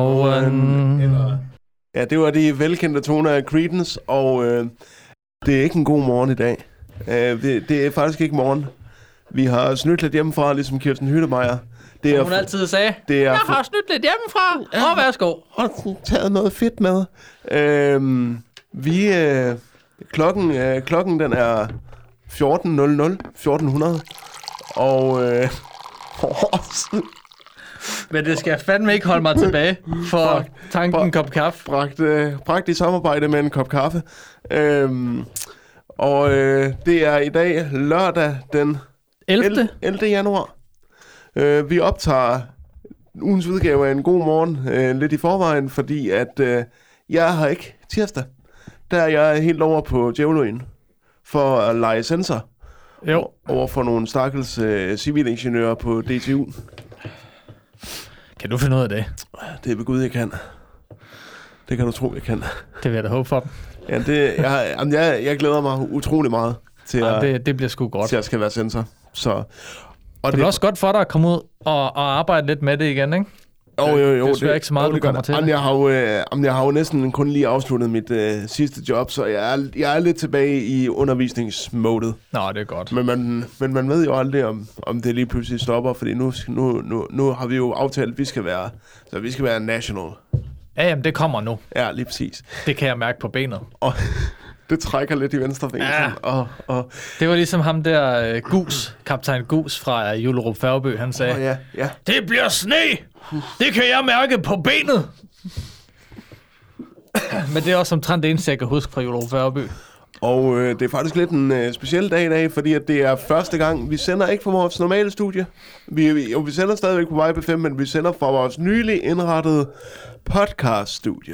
Ja, det var de velkendte toner af Creedence, og det er ikke en god morgen i dag. Det er faktisk ikke morgen. Vi har snydt lidt hjemmefra, ligesom Kirsten Hyttemeier. Det er, hun altid sagde, jeg har snydt lidt hjemmefra, og værsgo. Og taget noget fedt med. Klokken den er 14.00, og men det skal fandme ikke holde mig tilbage for tanken en kop kaffe. Bragt i samarbejde med en kop kaffe. Det er i dag lørdag den 11. januar. Vi optager ugens udgave af en god morgen lidt i forvejen, fordi at jeg har ikke tirsdag. Der er jeg helt over på Djævløen for at lege sensor. Jo. Over for nogle stakkels civilingeniører på DTU. Kan du finde ud af det? Det er ved Gud, jeg kan. Det kan du tro, jeg kan. Det vil jeg da håbe for dem. Ja, jeg glæder mig utrolig meget til det bliver sgu godt. Til at skal være sensor. Så, og det er også godt for dig at komme ud og arbejde lidt med det igen, ikke? Jo. Det er ikke så meget, du kommer til. Jeg har jo næsten kun lige afsluttet mit sidste job, så jeg er lidt tilbage i undervisningsmodet. Nå, det er godt. Men man ved jo aldrig, om det lige pludselig stopper, fordi nu har vi jo aftalt, at vi skal være national. Ja, jamen det kommer nu. Ja, lige præcis. Det kan jeg mærke på benet. Og det trækker lidt i venstrefingeren. Ja. Det var ligesom ham der kaptajn Gus fra Jullerup Færgeby, han sagde, ja. Det bliver sne! Det kan jeg mærke på benet! Men det er også omtrent det eneste, jeg kan huske fra Jullerup Færgeby. Og det er faktisk lidt en speciel dag i dag, fordi at det er første gang, vi sender ikke fra vores normale studie. Vi sender stadigvæk på Vibe 5, men vi sender fra vores nylig indrettede podcast-studie.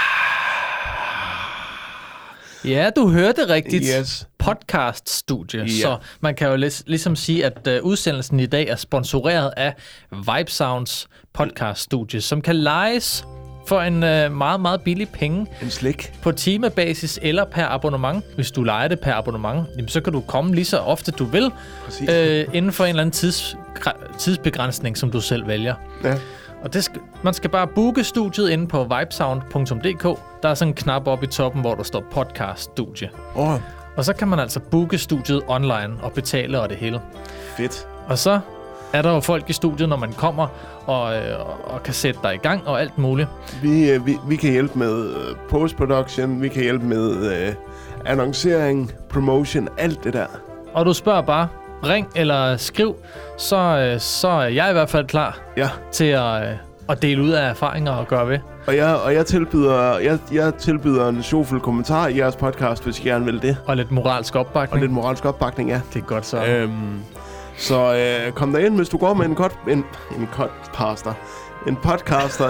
Ja, du hørte rigtigt. Yes. Podcast-studie. Yeah. Så man kan jo ligesom sige, at udsendelsen i dag er sponsoreret af Vibe Sounds podcast-studie, som kan lejes for en meget, meget billig penge. En slik. På timebasis eller per abonnement. Hvis du lejer det per abonnement, jamen, så kan du komme lige så ofte du vil, inden for en eller anden tidsbegrænsning, som du selv vælger. Ja. Og man skal bare booke studiet inde på vibesound.dk. Der er sådan en knap oppe i toppen, hvor der står podcast-studie. Og så kan man altså booke studiet online og betale og det hele. Fedt. Og så er der jo folk i studiet, når man kommer og kan sætte dig i gang og alt muligt. Vi kan hjælpe med post-production, vi kan hjælpe med annoncering, promotion, alt det der. Og du spørger bare, ring eller skriv, så er jeg i hvert fald klar til at dele ud af erfaringer og gøre ved. Og jeg tilbyder en sjovfuld kommentar i jeres podcast, hvis I gerne vil det. Og lidt moralsk opbakning. Ja. Det er godt så. Så kom der ind, hvis du går med en podcaster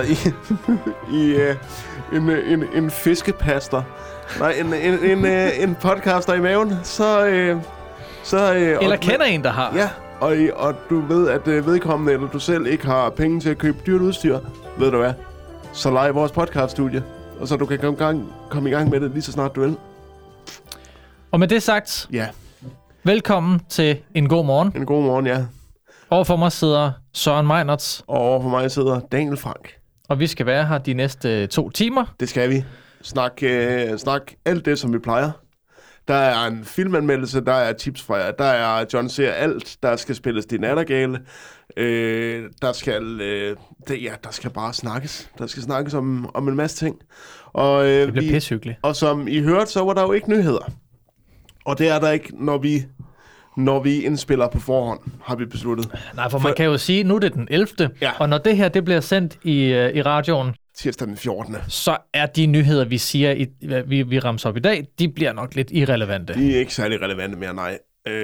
en fiskepaster. Nej, en podcaster i maven, så eller kender en, der har. Ja, og du ved, at vedkommende eller du selv ikke har penge til at købe dyrt udstyr. Ved du hvad? Så lege vores podcaststudie, og så du kan komme i gang med det lige så snart du vil. Og med det sagt, velkommen til en god morgen. En god morgen, ja. Overfor mig sidder Søren Meinertz. Og overfor mig sidder Daniel Frank. Og vi skal være her de næste 2 timer. Det skal vi. Snak alt det, som vi plejer. Der er en filmanmeldelse, der er tips fra jer, der er John ser alt, der skal spilles De Nattergale. Der skal bare snakkes. Der skal snakkes om en masse ting. Og, det bliver pishyggeligt. Og som I hørte, så var der jo ikke nyheder. Og det er der ikke, når vi indspiller på forhånd, har vi besluttet. Nej, for man kan jo sige, nu er det den 11. Ja. Og når det her det bliver sendt i radioen, tirsdag den 14. Så er de nyheder, vi siger, vi ramser op i dag, de bliver nok lidt irrelevante. De er ikke særlig relevante mere, nej.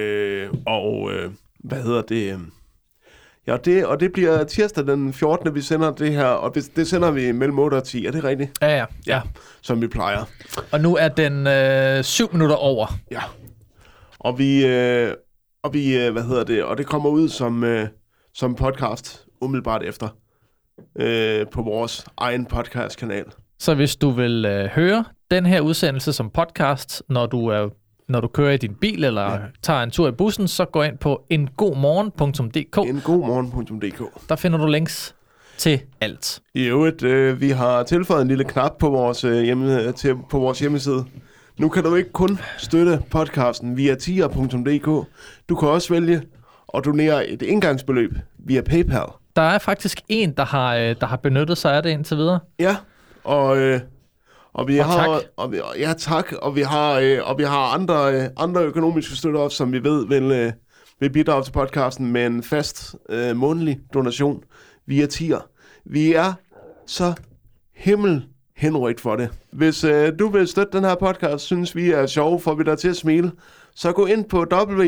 Hvad hedder det? Ja, og det bliver tirsdag den 14. vi sender det her, og det sender vi mellem 8 og 10. Er det rigtigt? Ja. Som vi plejer. Og nu er den 7 minutter over. Ja. Og vi hvad hedder det? Og det kommer ud som podcast umiddelbart efter på vores egen podcastkanal. Så hvis du vil høre den her udsendelse som podcast, når du kører i din bil eller tager en tur i bussen, så gå ind på engodmorgen.dk. Engodmorgen.dk. Der finder du links til alt. I øvrigt, vi har tilføjet en lille knap på vores, på vores hjemmeside. Nu kan du ikke kun støtte podcasten via tier.dk. Du kan også vælge at donere et engangsbeløb via PayPal. Der er faktisk en, der har benyttet sig af det indtil videre. Ja, og vi har tak. Og vi har andre økonomiske støtter også, som vi ved vil bidrage til podcasten med en fast månedlig donation via tier. Vi er så henrygt for det. Hvis du vil støtte den her podcast, synes vi er sjov, får vi dig til at smile, så gå ind på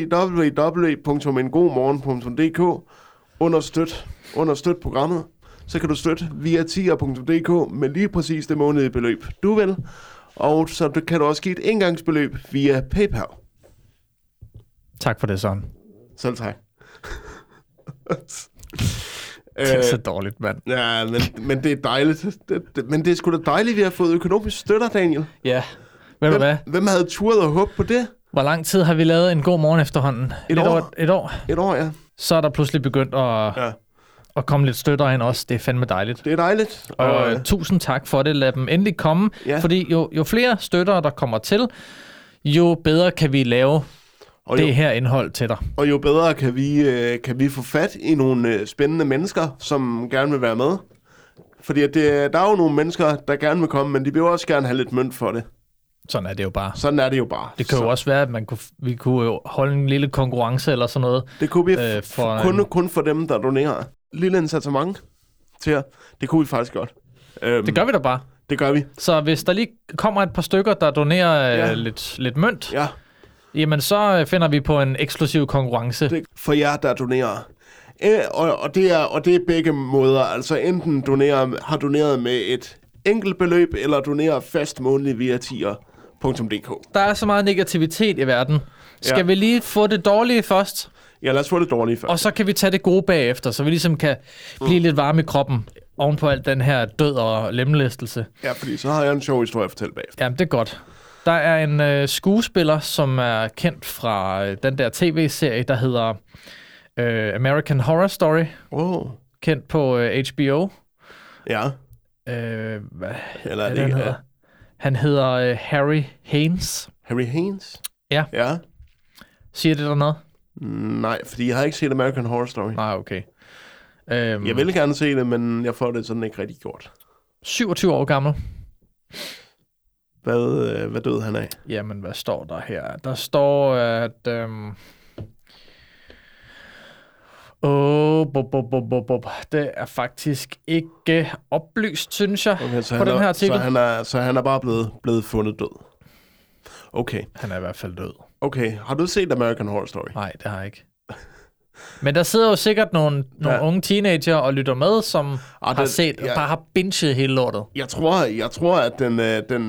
www.engodmorgen.dk, understøt programmet, så kan du støtte via tier.dk med lige præcis det månedlige beløb, du vil, og så kan du også give et engangsbeløb via PayPal. Tak for det, Søren. Selv tak. Det er så dårligt, mand. Ja, men det er dejligt. Men det er sgu da dejligt, vi har fået økonomisk støtter, Daniel. Ja. Ved du hvad? Hvem havde turet og håb på det? Hvor lang tid har vi lavet en god morgen efterhånden? Et år. Et år, ja. Så er der pludselig begyndt at komme lidt støtter ind også. Det er fandme dejligt. Det er dejligt. Og tusind tak for det. Lad dem endelig komme. Ja. Fordi jo flere støtter, der kommer til, jo bedre kan vi lave det her indhold til dig. Og jo bedre kan vi få fat i nogle spændende mennesker, som gerne vil være med. Fordi der er jo nogle mennesker, der gerne vil komme, men de vil også gerne have lidt mønt for det. Sådan er det jo bare. Det kan jo også være, at vi kunne jo holde en lille konkurrence eller sådan noget. Det kunne vi kun for dem, der donerer. Lille incitament til jer. Det kunne vi faktisk godt. Det gør vi da bare. Det gør vi. Så hvis der lige kommer et par stykker, der donerer lidt mønt, jamen så finder vi på en eksklusiv konkurrence. Det for jer, der donerer. Og det er begge måder. Altså enten har doneret med et enkelt beløb, eller donerer fast månedligt via tier.dk. Der er så meget negativitet i verden. Skal vi lige få det dårlige først? Ja, lad os få det dårlige først. Og så kan vi tage det gode bagefter, så vi ligesom kan blive lidt varme i kroppen oven på alt den her død og lemlæstelse. Ja, fordi så har jeg en sjov historie at fortælle bagefter. Jamen, det er godt. Der er en skuespiller, som er kendt fra den der tv-serie, der hedder American Horror Story. Kendt på HBO. Ja. Hvad er det, han hedder? Han hedder Harry Haynes. Harry Haynes? Ja. Siger det der noget? Nej, fordi jeg har ikke set American Horror Story. Nej, okay. Jeg vil gerne se det, men jeg får det sådan ikke rigtig gjort. 27 år gammel. Hvad døde han af? Jamen, hvad står der her? Der står, at... det er faktisk ikke oplyst, synes jeg, på den her artikel. Så han er bare blevet fundet død. Okay. Han er i hvert fald død. Okay. Har du set American Horror Story? Nej, det har jeg ikke. Men der sidder jo sikkert nogle unge teenager og lytter med, som har set og bare har binget hele lortet. Jeg tror, at den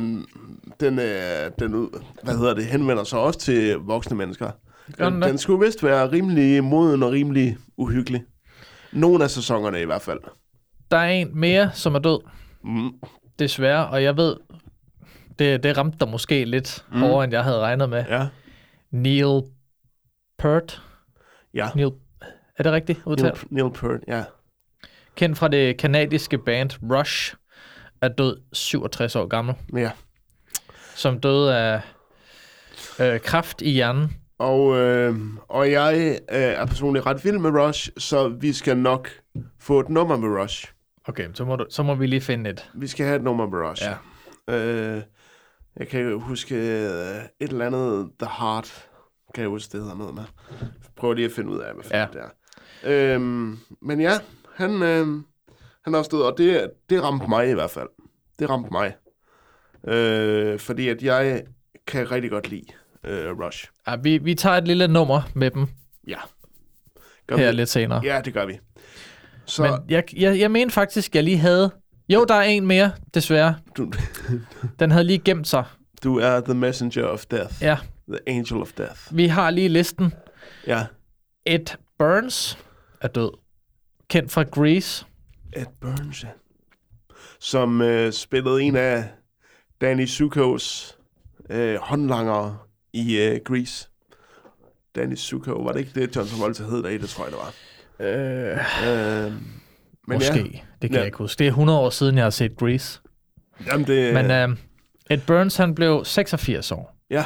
henvender sig også til voksne mennesker. Den skulle vist være rimelig moden og rimelig uhyggelig. Nogle af sæsonerne i hvert fald. Der er en mere, som er død. Desværre, og jeg ved, det ramte dig måske lidt hårdere, end jeg havde regnet med. Ja. Neil Peart. Ja. Er det rigtigt udtalt? Neil Peart, ja. Kendt fra det kanadiske band Rush, er død 67 år gammel. Ja. Som døde af kræft i hjernen. Og jeg er personligt ret vild med Rush, så vi skal nok få et nummer med Rush. Okay, så må vi lige finde et. Vi skal have et nummer med Rush. Ja. Jeg kan huske et eller andet The Heart. Kan jeg huske, det hedder noget med. Prøv lige at finde ud af, hvad det er. Men ja, han er også død, og det ramte mig i hvert fald. Det ramte mig. Fordi at jeg kan rigtig godt lide Rush. Ja, vi tager et lille nummer med dem. Ja. Her lidt senere. Ja, det gør vi. Så... Men jeg mener faktisk, jeg lige havde... Jo, der er en mere, desværre. Den havde lige gemt sig. Du er the messenger of death. Ja. The angel of death. Vi har lige listen. Ja. Ed Burns er død. Kendt fra Grease. Ed Burns, ja. Som spillede en af Danny Zuko's håndlangere i Grease. Danny Zuko, var det ikke det, John Travolta hed der i? Det tror jeg, det var. Men måske. Det kan jeg ikke huske. Det er 100 år siden, jeg har set Grease. Jamen, det... Men Ed Burns, han blev 86 år. Ja.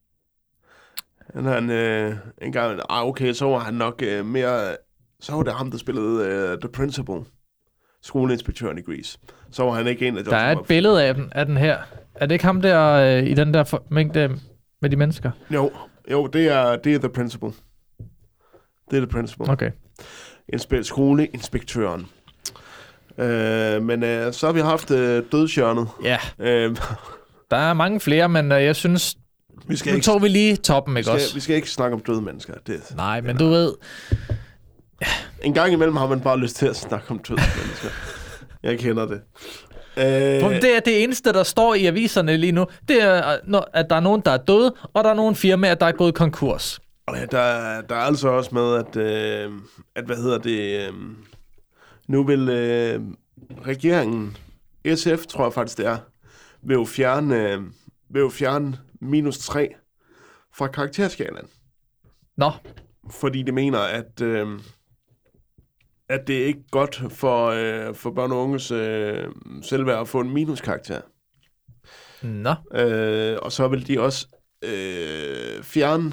Han en gang... okay, så var han nok mere... Så var det ham, der spillede The Principal. Skoleinspektøren i Grease. Så var han ikke en af dem. Der er et billede af den her. Er det ikke ham der i den der mængde med de mennesker? Jo, det er The Principal. Det er The Principal. Okay. Skoleinspektøren. Men så har vi haft dødshjørnet. Ja. Der er mange flere, men jeg synes... Nu tog vi lige toppen, ikke også? Vi skal ikke snakke om døde mennesker. Nej, men du ved... En gang imellem har man bare lyst til at snakke om døde mennesker. Jeg kender det. Det er det eneste, der står i aviserne lige nu. Det er, at der er nogen, der er døde, og der er nogle firmaer, der er gået konkurs. Der er altså også med, at nu vil regeringen, SF tror jeg faktisk det er, vil jo fjerne -3 fra karakterskalaen. Nå. Fordi de mener, at det er ikke godt for børn og unges selvværd at få en minuskarakter. Nå. Og så vil de også fjerne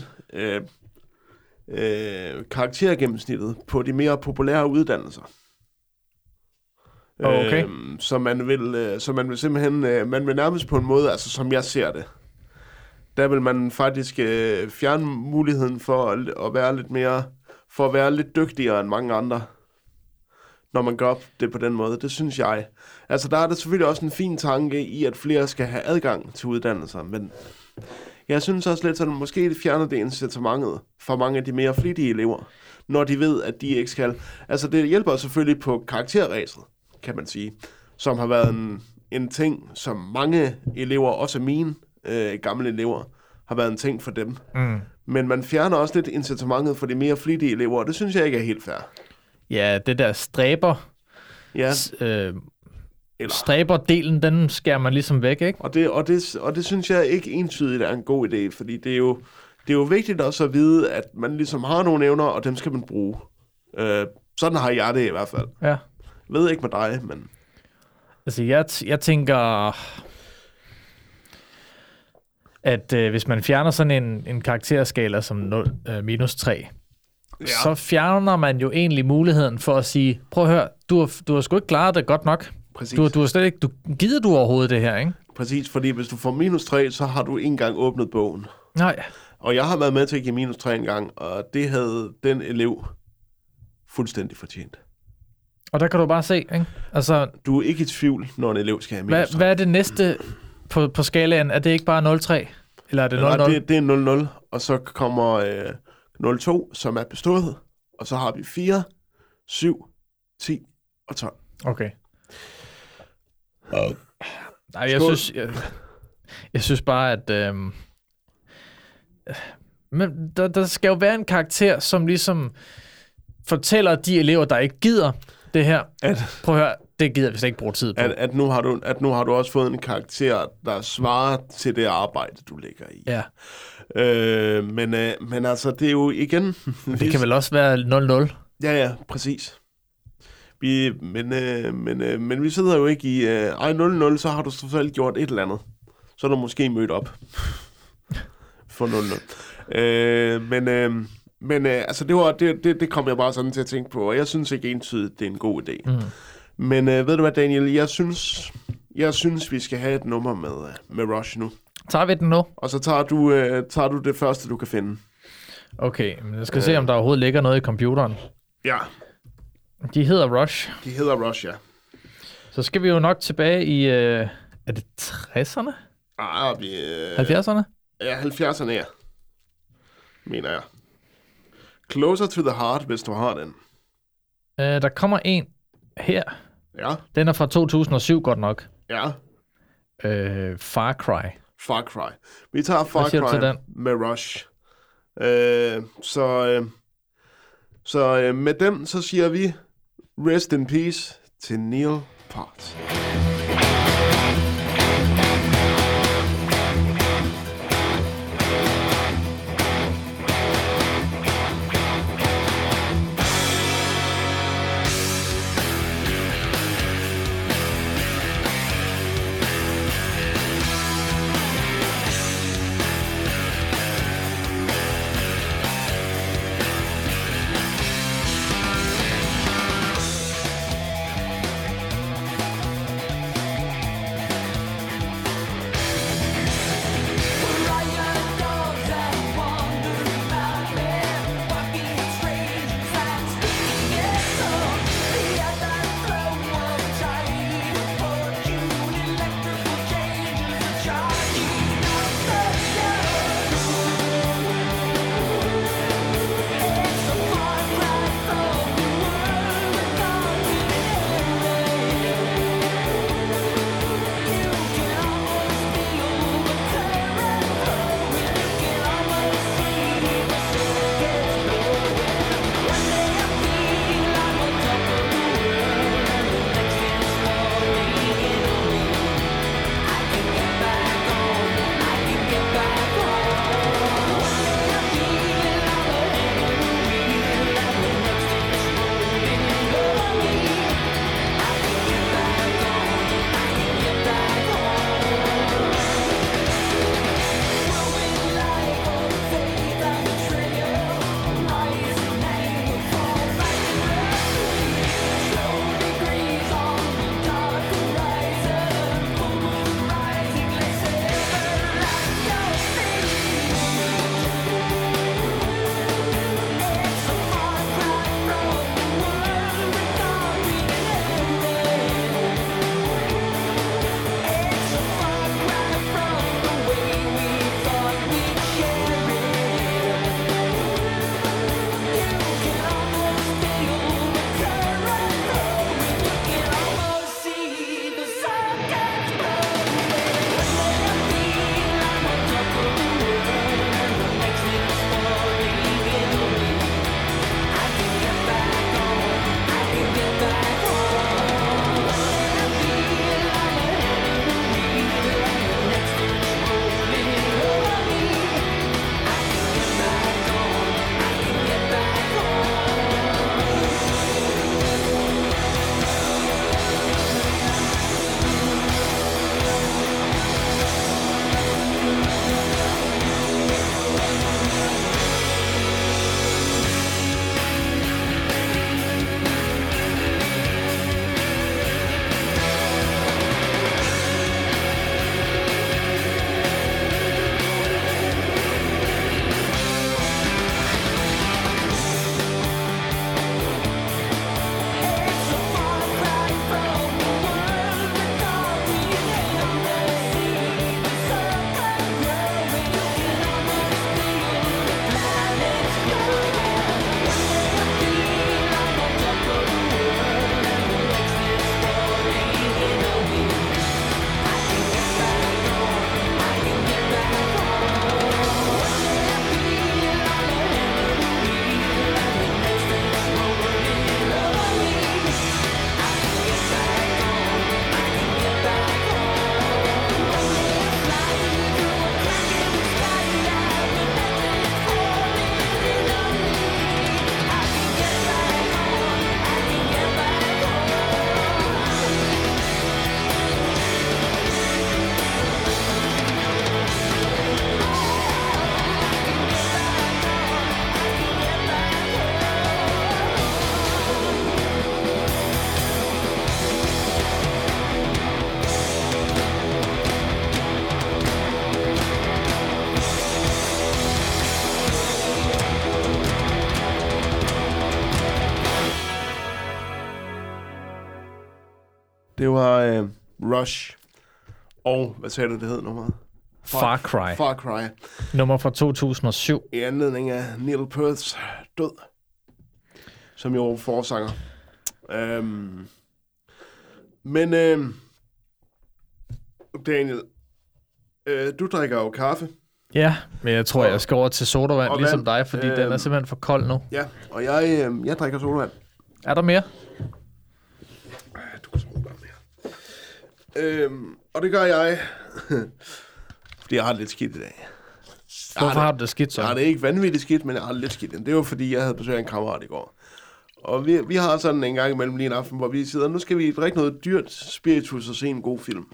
karaktergennemsnittet på de mere populære uddannelser. Okay. Så man vil simpelthen, man vil nærmest på en måde, altså som jeg ser det, der vil man faktisk fjerne muligheden for at være lidt dygtigere end mange andre, når man gør det på den måde. Det synes jeg. Altså der er der selvfølgelig også en fin tanke i, at flere skal have adgang til uddannelser, men jeg synes også lidt sådan, måske det fjerner det incitamentet for mange af de mere flittige elever, når de ved, at de ikke skal. Altså det hjælper selvfølgelig på karakterræset, kan man sige, som har været en ting, som mange elever, også mine gamle elever, har været en ting for dem. Mm. Men man fjerner også lidt incitamentet for de mere flittige elever, og det synes jeg ikke er helt fair. Ja, det der stræber... Ja. Stræberdelen, den skærer man ligesom væk, ikke? Og det synes jeg ikke entydigt er en god idé, fordi det er jo vigtigt også at vide, at man ligesom har nogle evner, og dem skal man bruge. Sådan har jeg det i hvert fald. Ja. Jeg ved ikke med dig, men... Altså, jeg tænker, at hvis man fjerner sådan en karakterskala som 0-3, ja, så fjerner man jo egentlig muligheden for at sige, prøv at høre, du har sgu ikke klaret det godt nok. Præcis. Du har slet ikke, gider du overhovedet det her, ikke? Præcis, fordi hvis du får -3, så har du ikke engang åbnet bogen. Nej. Og jeg har været med til at give -3 en gang, og det havde den elev fuldstændig fortjent. Og der kan du bare se, ikke? Altså, du er ikke i tvivl, når en elev skal have -3. Hvad er det næste på skalaen? Er det ikke bare 0,3? Eller er det 0,0? Nej, det er 0,0, og så kommer 0,2, som er bestået, og så har vi 4, 7, 10 og 12. Okay. Nej, jeg synes bare, at men der skal jo være en karakter, som ligesom fortæller de elever, der ikke gider det her, prøv at høre, det gider vi slet ikke bruge tid på. At nu har du også fået en karakter, der svarer til det arbejde, du lægger i. Ja. Men altså, det er jo igen... Det kan vel også være 0-0? Ja, præcis. Men vi sidder jo ikke i... 0-0, så har du selv gjort et eller andet. Så er du måske mødt op for 0-0. Men altså, det kom jeg bare sådan til at tænke på, og jeg synes ikke entydigt, det er en god idé. Mm. Men ved du hvad, Daniel, jeg synes, vi skal have et nummer med Rush nu. Tager vi den nu? Og så tager du det første, du kan finde. Okay, men jeg skal se, om der overhovedet ligger noget i computeren. Ja. De hedder Rush. De hedder Rush, ja. Så skal vi jo nok tilbage i... er det 60'erne? 70'erne? Ja, 70'erne, ja. Mener jeg. Closer to the Heart, hvis du har den. Der kommer en her. Ja. Den er fra 2007 godt nok. Ja. Far Cry. Far Cry. Vi tager Far Cry med Rush. Så med dem, så siger vi rest in peace til Neil Peart. Det var Rush. Og, hvad sagde du, det hed nummeret? Far Cry. Far Cry. Nummer fra 2007. I anledning af Neil Pearts død. Som jo forsanger. Men Daniel, du drikker jo kaffe. Ja, men jeg tror, jeg skal over til sodavand, ligesom dig, fordi den er simpelthen for kold nu. Ja, og jeg drikker sodavand. Er der mere? Du kan smage bare mere. Og det gør jeg, fordi jeg har det lidt skidt i dag. Hvorfor har du det skidt så? Jeg har det ikke vanvittigt skidt, men jeg har det lidt skidt. Det var fordi, jeg havde besøgt en kammerat i går. Og vi har sådan en gang imellem lige en aften, hvor vi sidder, nu skal vi drikke noget dyrt spiritus og se en god film.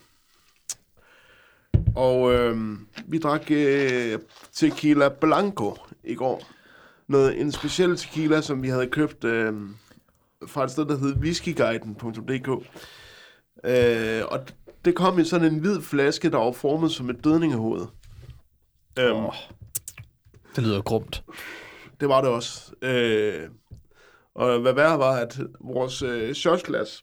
Og vi drak tequila blanco i går. En speciel tequila, som vi havde købt fra et sted, der hed whiskyguiden.dk. Og det kom i sådan en hvid flaske, der var formet som et dødningehoved. Det lyder grumt. Det var det også. Og hvad værre var, at vores shotglas,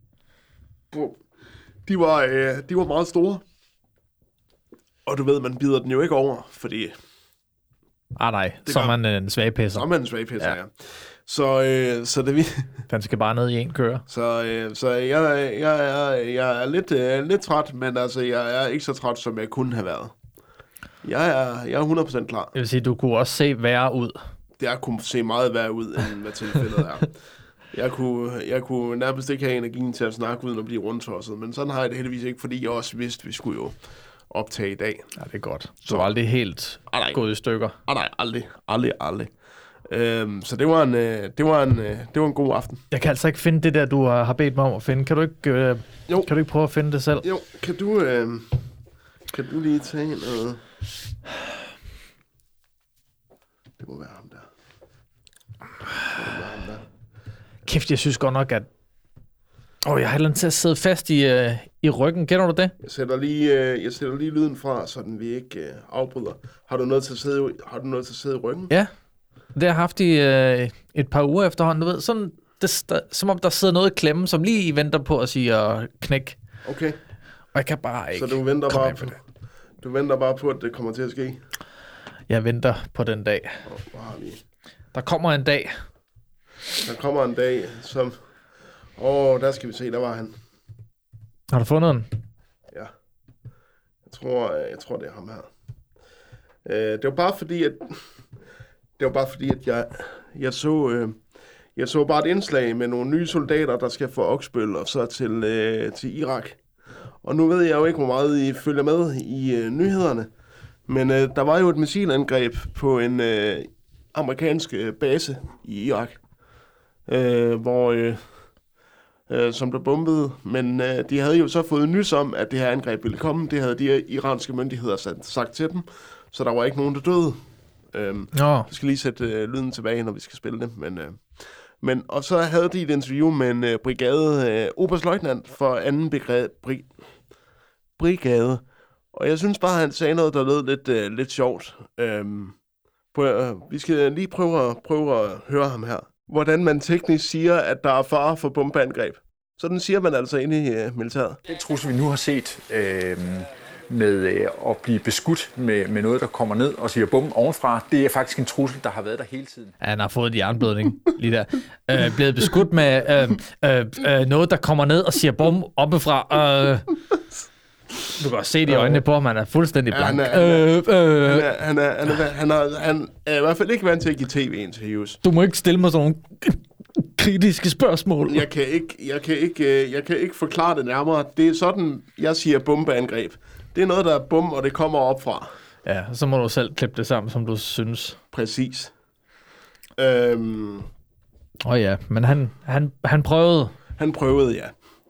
de var meget store. Og du ved, man bider den jo ikke over, fordi... nej, så er man en svagpisser. Så er man en svagpisser, ja. Så det vi... Den skal bare ned i en køre. Så jeg er lidt træt, men altså, jeg er ikke så træt, som jeg kunne have været. Jeg er 100% klar. Det vil sige, du kunne også se værre ud. Jeg kunne se meget værre ud, end hvad tilfældet er. Jeg kunne nærmest ikke have energien til at snakke uden at blive rundtosset, men sådan har jeg det heldigvis ikke, fordi jeg også vidste, at vi skulle jo optage i dag. Ja, det er godt. Så aldrig helt gået i stykker? Nej, aldrig. Så det var en god aften. Jeg kan altså ikke finde det der, du har bedt mig om at finde. Kan du ikke prøve at finde det selv? Jo, kan du lige tage noget? Det må være ham der. Kæft, jeg synes godt nok, at... jeg har et eller andet til at sidde fast i ryggen. Kender du det? Jeg sætter lige lyden fra, så den vi ikke afbryder. Har du noget til at sidde i ryggen? Ja, det har jeg haft i et par uger efterhånden. Du ved, sådan, som om der sidder noget i klemme, som lige venter på at sige knæk. Okay. Og jeg kan bare ikke... Så du venter bare på, at det kommer til at ske? Jeg venter på den dag. Der kommer en dag. Som... der skal vi se, der var han. Har du fundet den? Ja. Jeg tror, det er ham her. Det var bare fordi, at jeg så bare et indslag med nogle nye soldater, der skal få Oksbøl og så til Irak. Og nu ved jeg jo ikke, hvor meget I følger med i nyhederne. Men der var jo et missilangreb på en amerikansk base i Irak, som blev bombet. Men de havde jo så fået nys om, at det her angreb ville komme. Det havde de iranske myndigheder sagt til dem. Så der var ikke nogen, der døde. Jeg skal lige sætte lyden tilbage, når vi skal spille det. Og så havde de et interview med en brigade, oberstløjtnant for anden brigade. Og jeg synes bare, han sagde noget, der lød lidt sjovt. Vi skal lige prøve at høre ham her. Hvordan man teknisk siger, at der er fare for bombeangreb. Sådan siger man altså inde i militæret. Den trussel, vi nu har set med at blive beskudt med noget, der kommer ned og siger bum ovenfra, det er faktisk en trussel, der har været der hele tiden. Ja, han har fået en jernblødning lige der. Blevet beskudt med noget, der kommer ned og siger bum oppefra. Du kan også se det i øjnene på, man er fuldstændig blank. Han er i hvert fald ikke vant til at give tv-interviews. Du må ikke stille mig sådan nogle kritiske spørgsmål. Jeg kan ikke forklare det nærmere. Det er sådan, jeg siger bombeangreb. Det er noget, der er bum, og det kommer op fra. Ja, så må du selv klippe det sammen, som du synes. Præcis. Ja, men han prøvede. Han prøvede, ja.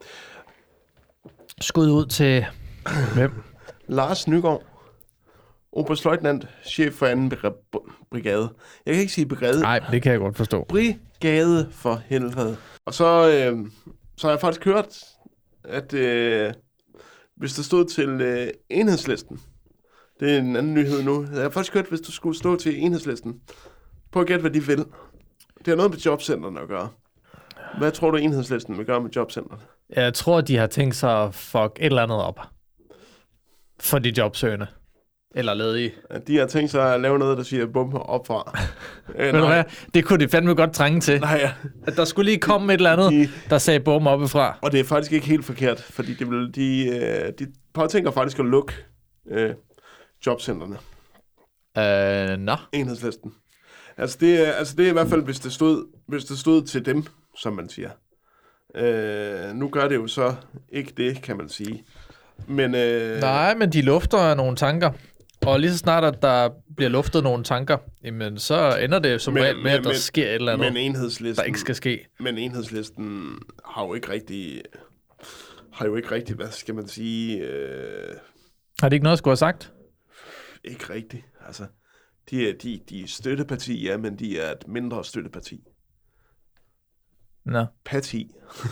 Skud ud til hvem? Lars Nygaard, oberstløjtnant, chef for anden brigade. Jeg kan ikke sige brigade. Nej, det kan jeg godt forstå. Brigade for helvede. Og så har jeg faktisk hørt, at hvis der stod til Enhedslisten, det er en anden nyhed nu, jeg har faktisk hørt, hvis du skulle stå til Enhedslisten, prøv at gætte, hvad de vil. Det har noget med jobcentrene at gøre. Hvad tror du, Enhedslisten vil gøre med jobcentrene? Jeg tror, de har tænkt sig at fuck et eller andet op for de jobsøgende. Eller ledige. De har tænkt sig at lave noget, der siger bum opfra. Ved du hvad? Det kunne de fandme godt trænge til. Nej, ja. At der skulle lige komme et eller andet, der sagde bum oppefra. Og det er faktisk ikke helt forkert, fordi de påtænker faktisk at lukke jobcentrene. Nå. Enhedslisten. Altså det er i hvert fald, hvis det stod til dem, som man siger. Nu gør det jo så ikke det, kan man sige. Men, nej, men de lufter nogle tanker. Og lige så snart, at der bliver luftet nogle tanker, jamen, så ender det jo som regel med, at der sker et eller andet, der ikke skal ske. Men Enhedslisten har jo ikke rigtig, hvad skal man sige... Har de ikke noget at skulle have sagt? Ikke rigtigt. Altså, de er støtteparti, ja, men de er et mindre støtteparti. Nå. Parti.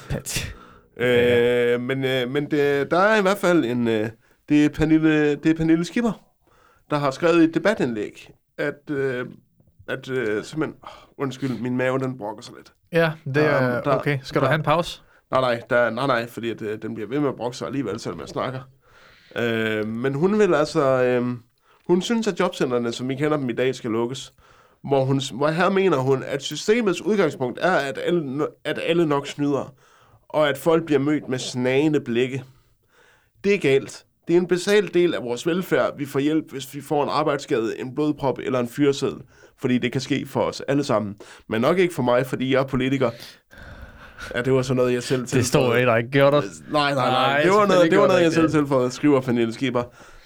Ja. Men der er i hvert fald det er Pernille Skipper, der har skrevet et debatindlæg, at simpelthen, undskyld, min mave, den brokker sig lidt. Ja, det er okay. Skal du have en pause? Nej, fordi at, den bliver ved med at brokke sig alligevel, selvom jeg snakker. Men hun vil altså, hun synes, at jobcentrene, som vi kender dem i dag, skal lukkes. Hvor her mener hun, at systemets udgangspunkt er, at alle nok snyder, og at folk bliver mødt med snagende blikke. Det er galt. Det er en basal del af vores velfærd, vi får hjælp, hvis vi får en arbejdsskade, en blodprop eller en fyreseddel, fordi det kan ske for os alle sammen. Men nok ikke for mig, fordi jeg er politiker. Ja, det var sådan noget, jeg selv tilføjede. Det står ikke, der ikke gjorde det. Nej. Det var noget, jeg selv tilføjede, skriver Pernille Skipper.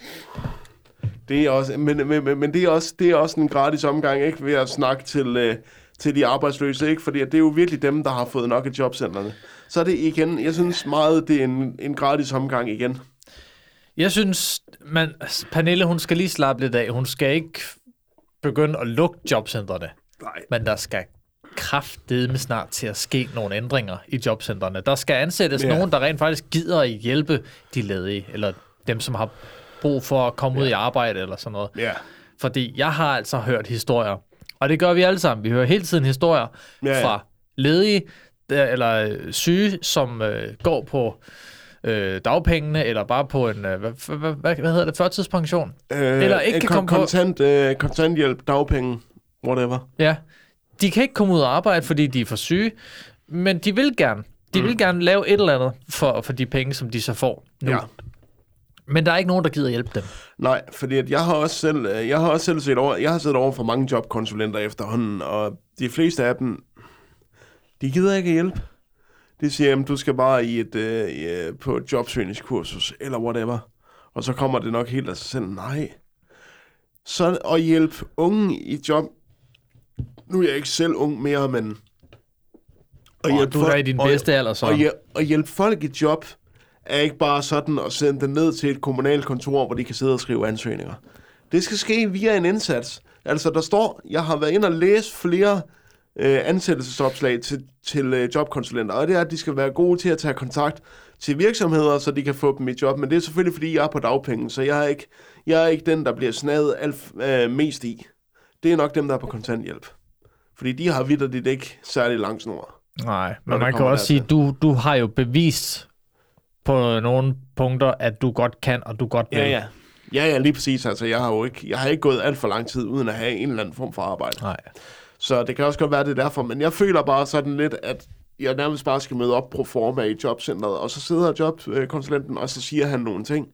Det er også, men det er også en gratis omgang, ikke, ved at snakke til de arbejdsløse, ikke? Fordi det er jo virkelig dem, der har fået nok af jobcentrene. Så er det igen, jeg synes meget, det er en gratis omgang igen. Jeg synes, Pernille, hun skal lige slappe lidt af. Hun skal ikke begynde at lukke jobcentrene. Nej. Men der skal kraftedeme snart til at ske nogle ændringer i jobcentrene. Der skal ansættes nogen, der rent faktisk gider at hjælpe de ledige, eller dem, som har brug for at komme ud i arbejde, eller sådan noget. Ja. Fordi jeg har altså hørt historier, og det gør vi alle sammen. Vi hører hele tiden historier fra ledige, eller syge, som går på dagpengene, eller bare på en, hvad hedder det, førtidspension? Eller ikke kan komme kontanthjælp, dagpenge, whatever. Ja, de kan ikke komme ud og arbejde, fordi de er for syge, men de vil gerne. De vil gerne lave et eller andet for de penge, som de så får nu. Ja. Men der er ikke nogen, der gider hjælpe dem. Nej, fordi at jeg har også selv set over for mange jobkonsulenter efterhånden, og de fleste af dem, de gider ikke hjælpe. De siger, at du skal bare på et jobsøgningskursus, eller whatever. Og så kommer det nok helt af sig selv. Nej. Så at hjælpe unge i job. Nu er jeg ikke selv ung mere, men... Du er i din bedste alder, så. Og hjælpe folk i job er ikke bare sådan at sende dem ned til et kommunalt kontor, hvor de kan sidde og skrive ansøgninger. Det skal ske via en indsats. Altså, der står... Jeg har været inde og læse flere ansættelsesopslag til jobkonsulenter, og det er, at de skal være gode til at tage kontakt til virksomheder, så de kan få dem i job. Men det er selvfølgelig, fordi jeg er på dagpenge, så jeg er ikke den, der bliver snadet mest i. Det er nok dem, der er på kontanthjælp. Fordi de har vitterligt ikke særlig lang snor. Nej, men man kan også sige, du har jo bevist på nogle punkter, at du godt kan, og du godt vil. Ja, lige præcis. Altså, jeg har ikke gået alt for lang tid, uden at have en eller anden form for arbejde. Nej. Så det kan også godt være, det derfor. Men jeg føler bare sådan lidt, at jeg nærmest bare skal møde op pro forma i jobcentret, og så sidder jobkonsulenten, og så siger han nogle ting.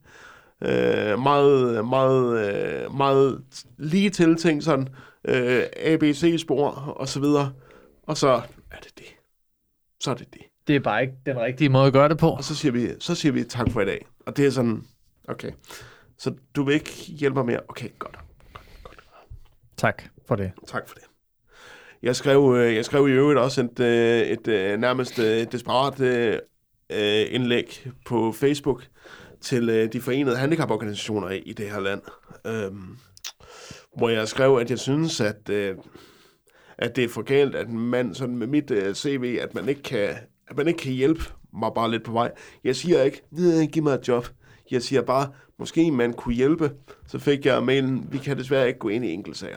Meget lige til ting, sådan ABC-spor, og så videre. Og så er det det. Så er det det. Det er bare ikke den rigtige måde at gøre det på. Og så siger vi tak for i dag. Og det er sådan, okay. Så du vil ikke hjælpe mig mere? Okay, godt. Tak for det. Tak for det. Jeg skrev i øvrigt også et nærmest desperat indlæg på Facebook til de forenede handicaporganisationer i det her land, hvor jeg skrev, at jeg synes, at det er for galt, at en mand sådan med mit CV, at man ikke kan hjælpe mig bare lidt på vej. Jeg siger ikke, giv mig et job. Jeg siger bare, måske man kunne hjælpe. Så fik jeg mailen, vi kan desværre ikke gå ind i enkeltsager.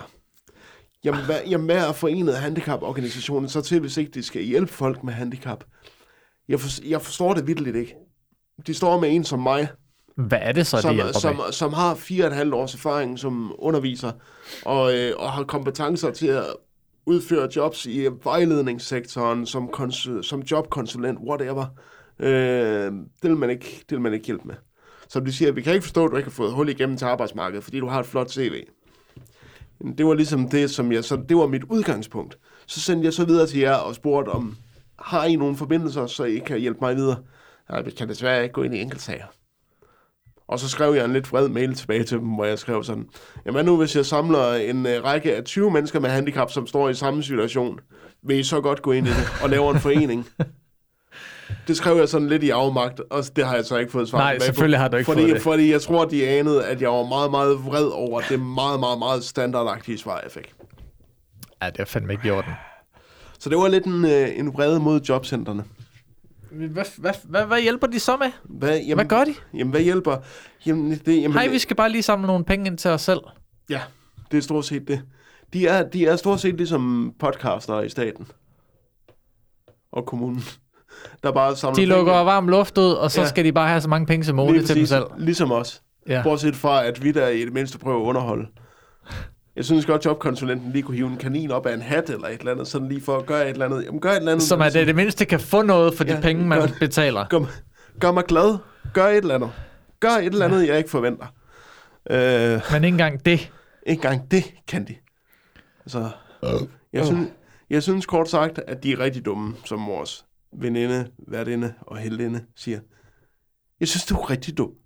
Jamen, hvad er forenede handicaporganisationer så til, hvis ikke de skal hjælpe folk med handicap? Jeg forstår det vitterligt ikke. De står med en som mig. Hvad er det så, det hjælper med? Som har 4,5 års erfaring som underviser, og har kompetencer til at udføre jobs i vejledningssektoren, som jobkonsulent, whatever. Det vil man ikke hjælpe med. Som de siger, vi kan ikke forstå, at du ikke har fået hul igennem til arbejdsmarkedet, fordi du har et flot CV. Det var ligesom det, det var mit udgangspunkt. Så sendte jeg så videre til jer og spurgte om, har I nogle forbindelser, så I kan hjælpe mig videre? Nej, vi kan desværre ikke gå ind i enkeltsager. Og så skrev jeg en lidt vred mail tilbage til dem, hvor jeg skrev sådan, jamen nu hvis jeg samler en række af 20 mennesker med handicap, som står i samme situation, vil I så godt gå ind i det og lave en forening? Det skrev jeg sådan lidt i afmagt, og det har jeg så ikke fået svar. Nej, selvfølgelig har du ikke fået det. Fordi jeg tror, de anede, at jeg var meget, meget vred over det meget, meget, meget standardagtige svar, jeg fik. Ja, det er fandme ikke i orden. Så det var lidt en vrede mod jobcentrene. Hvad hjælper de så med? Hvad gør de? Jamen, hvad hjælper? Hej, vi skal bare lige samle nogle penge ind til os selv. Ja, det er stort set det. De er stort set ligesom podcaster i staten. Og kommunen. Der bare samler de lukker varm luft ud, og så skal de bare have så mange penge som muligt til dem selv. Ligesom os. Ja. Bortset fra, at vi der i det mindste prøver at underholde. Jeg synes godt, jobkonsulenten lige kunne hive en kanin op af en hat eller et eller andet, sådan lige for at gøre et eller andet. Jamen, gør et eller andet. Som at det mindste kan få noget for de penge, man betaler. Gør mig glad. Gør et eller andet. Gør et eller andet, jeg ikke forventer. Men ikke engang det. Ikke engang det kan de. Altså, jeg synes kort sagt, at de er rigtig dumme, som vores veninde, værtinde og heldinde siger. Jeg synes, du er rigtig dum.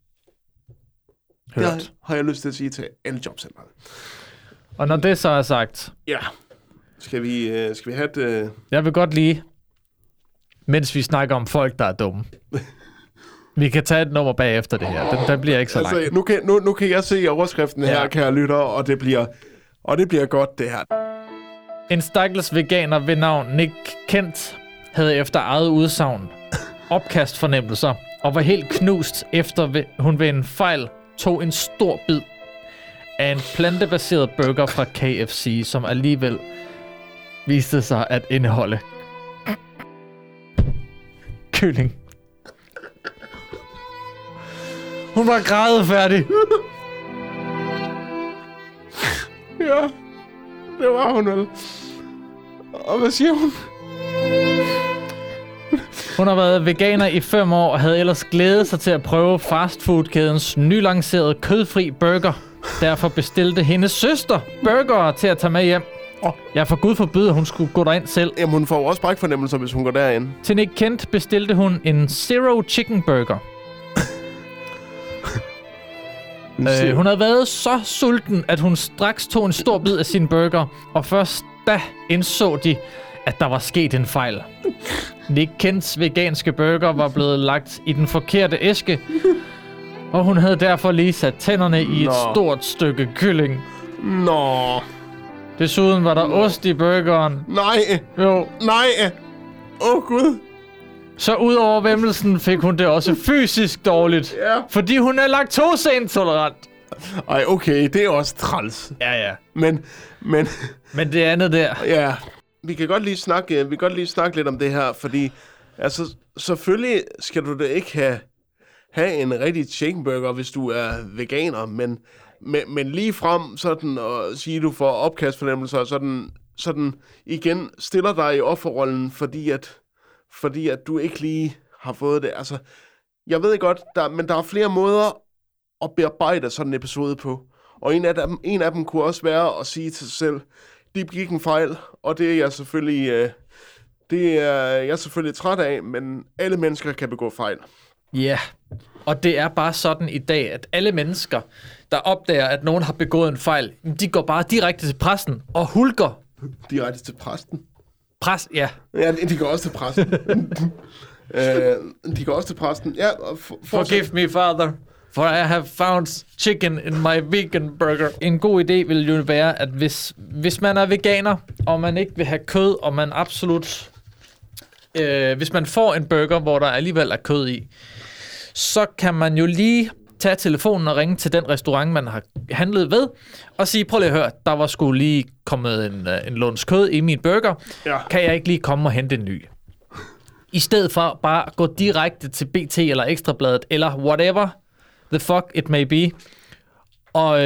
Hørt. Det har jeg lyst til at sige til alle jobcentrene. Og når det så er sagt... Ja. Skal vi have et... Jeg vil godt lige, mens vi snakker om folk, der er dumme. Vi kan tage et nummer bagefter det her. Den bliver ikke så lang. Nu kan jeg se overskriften her, kære lytter, og det bliver godt, det her. En stakkels veganer ved navn Nick Kent havde efter eget udsagn opkastfornemmelser og var helt knust efter hun ved en fejl tog en stor bid af en plantebaseret burger fra KFC, som alligevel viste sig at indeholde kylling. Hun var grædefærdig. Ja, det var hun vel. Og hvad siger hun? Hun har været veganer i 5 år og havde ellers glædet sig til at prøve fastfoodkædens nylancerede kødfri burger. Derfor bestilte hendes søster burgere til at tage med hjem. Jeg for Gud forbyde, at hun skulle gå derind selv. Jamen, hun får også brækfornemmelser, hvis hun går derind. Til Nick Kent bestilte hun en Zero Chicken Burger. Hun havde været så sulten, at hun straks tog en stor bid af sin burger. Og først da indså de, at der var sket en fejl. Nick Kents veganske burger var blevet lagt i den forkerte æske, og hun havde derfor lige sat tænderne i et stort stykke kylling. Nå. Desuden var der ost i burgeren. Nej. Jo. Nej. Gud. Så ud over væmmelsen fik hun det også fysisk dårligt, fordi hun er laktoseintolerant. Ej, okay, det er også træls. Ja. Men det andet der. Ja. Vi kan godt lige snakke lidt om det her, fordi altså selvfølgelig skal du da ikke have en rigtig chickenburger, hvis du er veganer, men lige frem sådan at sige, du får opkastfornemmelser, sådan igen stiller dig i offerrollen, fordi at du ikke lige har fået det. Altså, jeg ved godt, men der er flere måder at bearbejde sådan en episode på, og en af dem kunne også være at sige til sig selv, de begik en fejl, og det er jeg selvfølgelig, træt af, men alle mennesker kan begå fejl. Ja, og det er bare sådan i dag, at alle mennesker, der opdager, at nogen har begået en fejl, de går bare direkte til præsten og hulker. Direkte til præsten? Ja. Ja, de går også til præsten. De går også til præsten. Ja, Forgive me, father. For I have found chicken in my vegan burger. En god idé vil jo være, at hvis man er veganer, og man ikke vil have kød, og man absolut... hvis man får en burger, hvor der alligevel er kød i, så kan man jo lige tage telefonen og ringe til den restaurant, man har handlet ved, og sige, prøv lige at høre, der var sgu lige kommet en lunds kød i min burger. Ja. Kan jeg ikke lige komme og hente en ny? i stedet for bare at gå direkte til BT eller Ekstrabladet, eller whatever the fuck it may be, og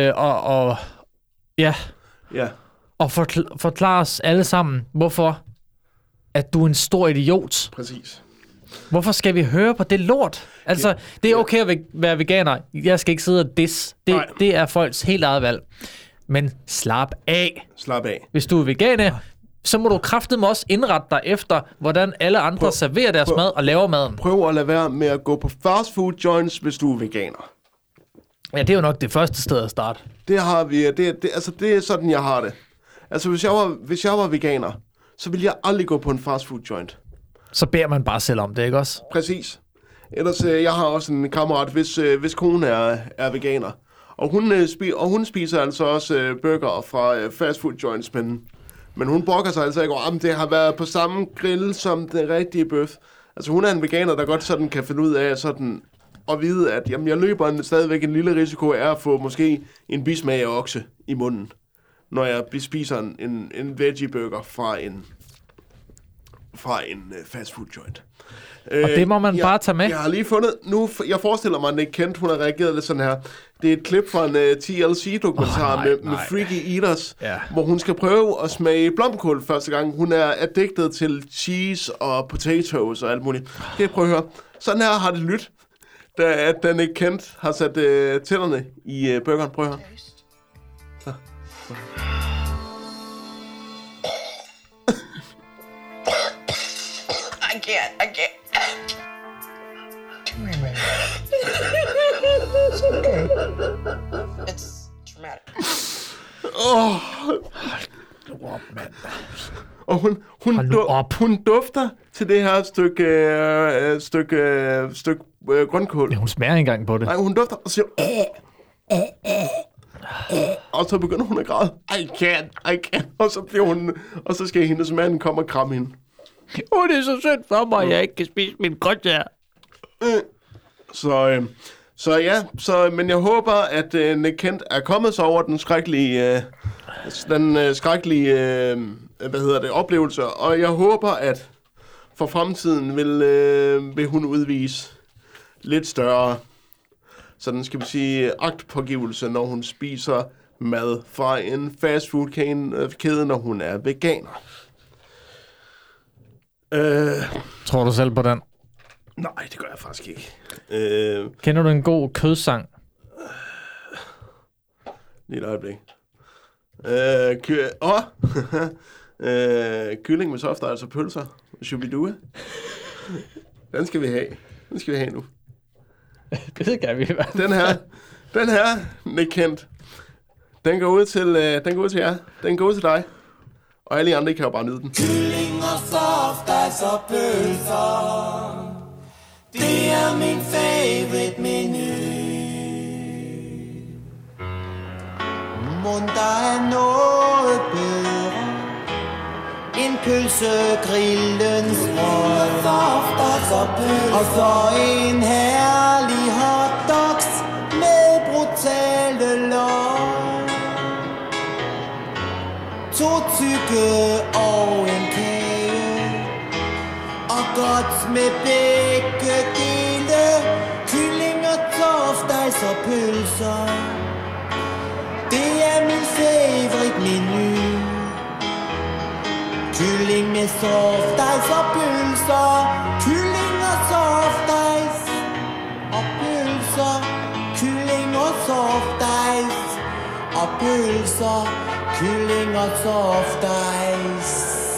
forklare os alle sammen, hvorfor at du er en stor idiot. Præcis. Hvorfor skal vi høre på det lort? Altså, det er okay at være veganer. Jeg skal ikke sidde og diss. Det er folks helt eget valg. Men slap af. Slap af. Hvis du er veganer, så må du kraftedeme også indrette dig efter, hvordan alle andre serverer deres mad og laver maden. Prøv at lade være med at gå på fast food joints, hvis du er veganer. Ja, det er jo nok det første sted at starte. Det har vi. Det er sådan, jeg har det. Altså, hvis jeg var veganer, så ville jeg aldrig gå på en fast food joint. Så beder man bare selv om det, ikke også? Præcis. Ellers, jeg har også en kammerat, hvis kone er veganer. Og hun spiser altså også burger fra fast food joints, men hun brokker sig altså ikke over, om det har været på samme grill som den rigtige bøf. Altså, hun er en veganer, der godt sådan kan finde ud af sådan at vide, at jamen, jeg løber stadigvæk en lille risiko af at få måske en bismag af okse i munden, når jeg spiser en veggie burger fra en fast food joint. Og det må man bare tage med. Jeg har lige fundet, jeg forestiller mig, at Nick Kent, hun har reageret lidt sådan her. Det er et klip fra en TLC-dokumentar med Freaky Eaters, hvor hun skal prøve at smage blomkål første gang. Hun er addicted til cheese og potatoes og alt muligt. Kan jeg prøve at høre? Sådan her har det lyttet, da Nick Kent har sat tænderne i burgeren. Prøv at høre. Så. I can't. It's okay. It's traumatic. Og hun dufter til det her stykke grønkål. Ja, hun smager ikke engang på det. Nej, hun dufter og siger... Og så begynder hun at græde. I can't. Og så bliver hun... Og så skal hendes mand komme og kramme hende. Det er så synd for mig, at jeg ikke kan spise min grøntsager. Men jeg håber, at Nick Kent er kommet så over den skrækkelige oplevelse, og jeg håber, at for fremtiden vil hun udvise lidt større, sådan skal vi sige, agtpågivelse, når hun spiser mad fra en fast food kæde, når hun er veganer. Tror du selv på den? Nej, det gør jeg faktisk ikke. Kender du en god kødsang? Lige et øjeblik. Kylling med soft, altså pølser. Shubidua. Den skal vi have nu. Det kan vi i hvert fald. Den her, Nick Kent, den går ud til jer. Den går ud til dig. Og alle andre kan jo bare nyde den. Kylling og soft, altså pølser. Det er min favorite menu. Mon der er noget bedre end pølsegrillens brød. Og så en herlig hotdogs med brutale løg. 2 tykke og en kage. Og godt med begge dele. Kylling og torsdags og pølser. Det er min favorite menu. Kylling med softice og pølser. Kylling og softice og pølser. Kylling og softice og pølser. Kylling og softice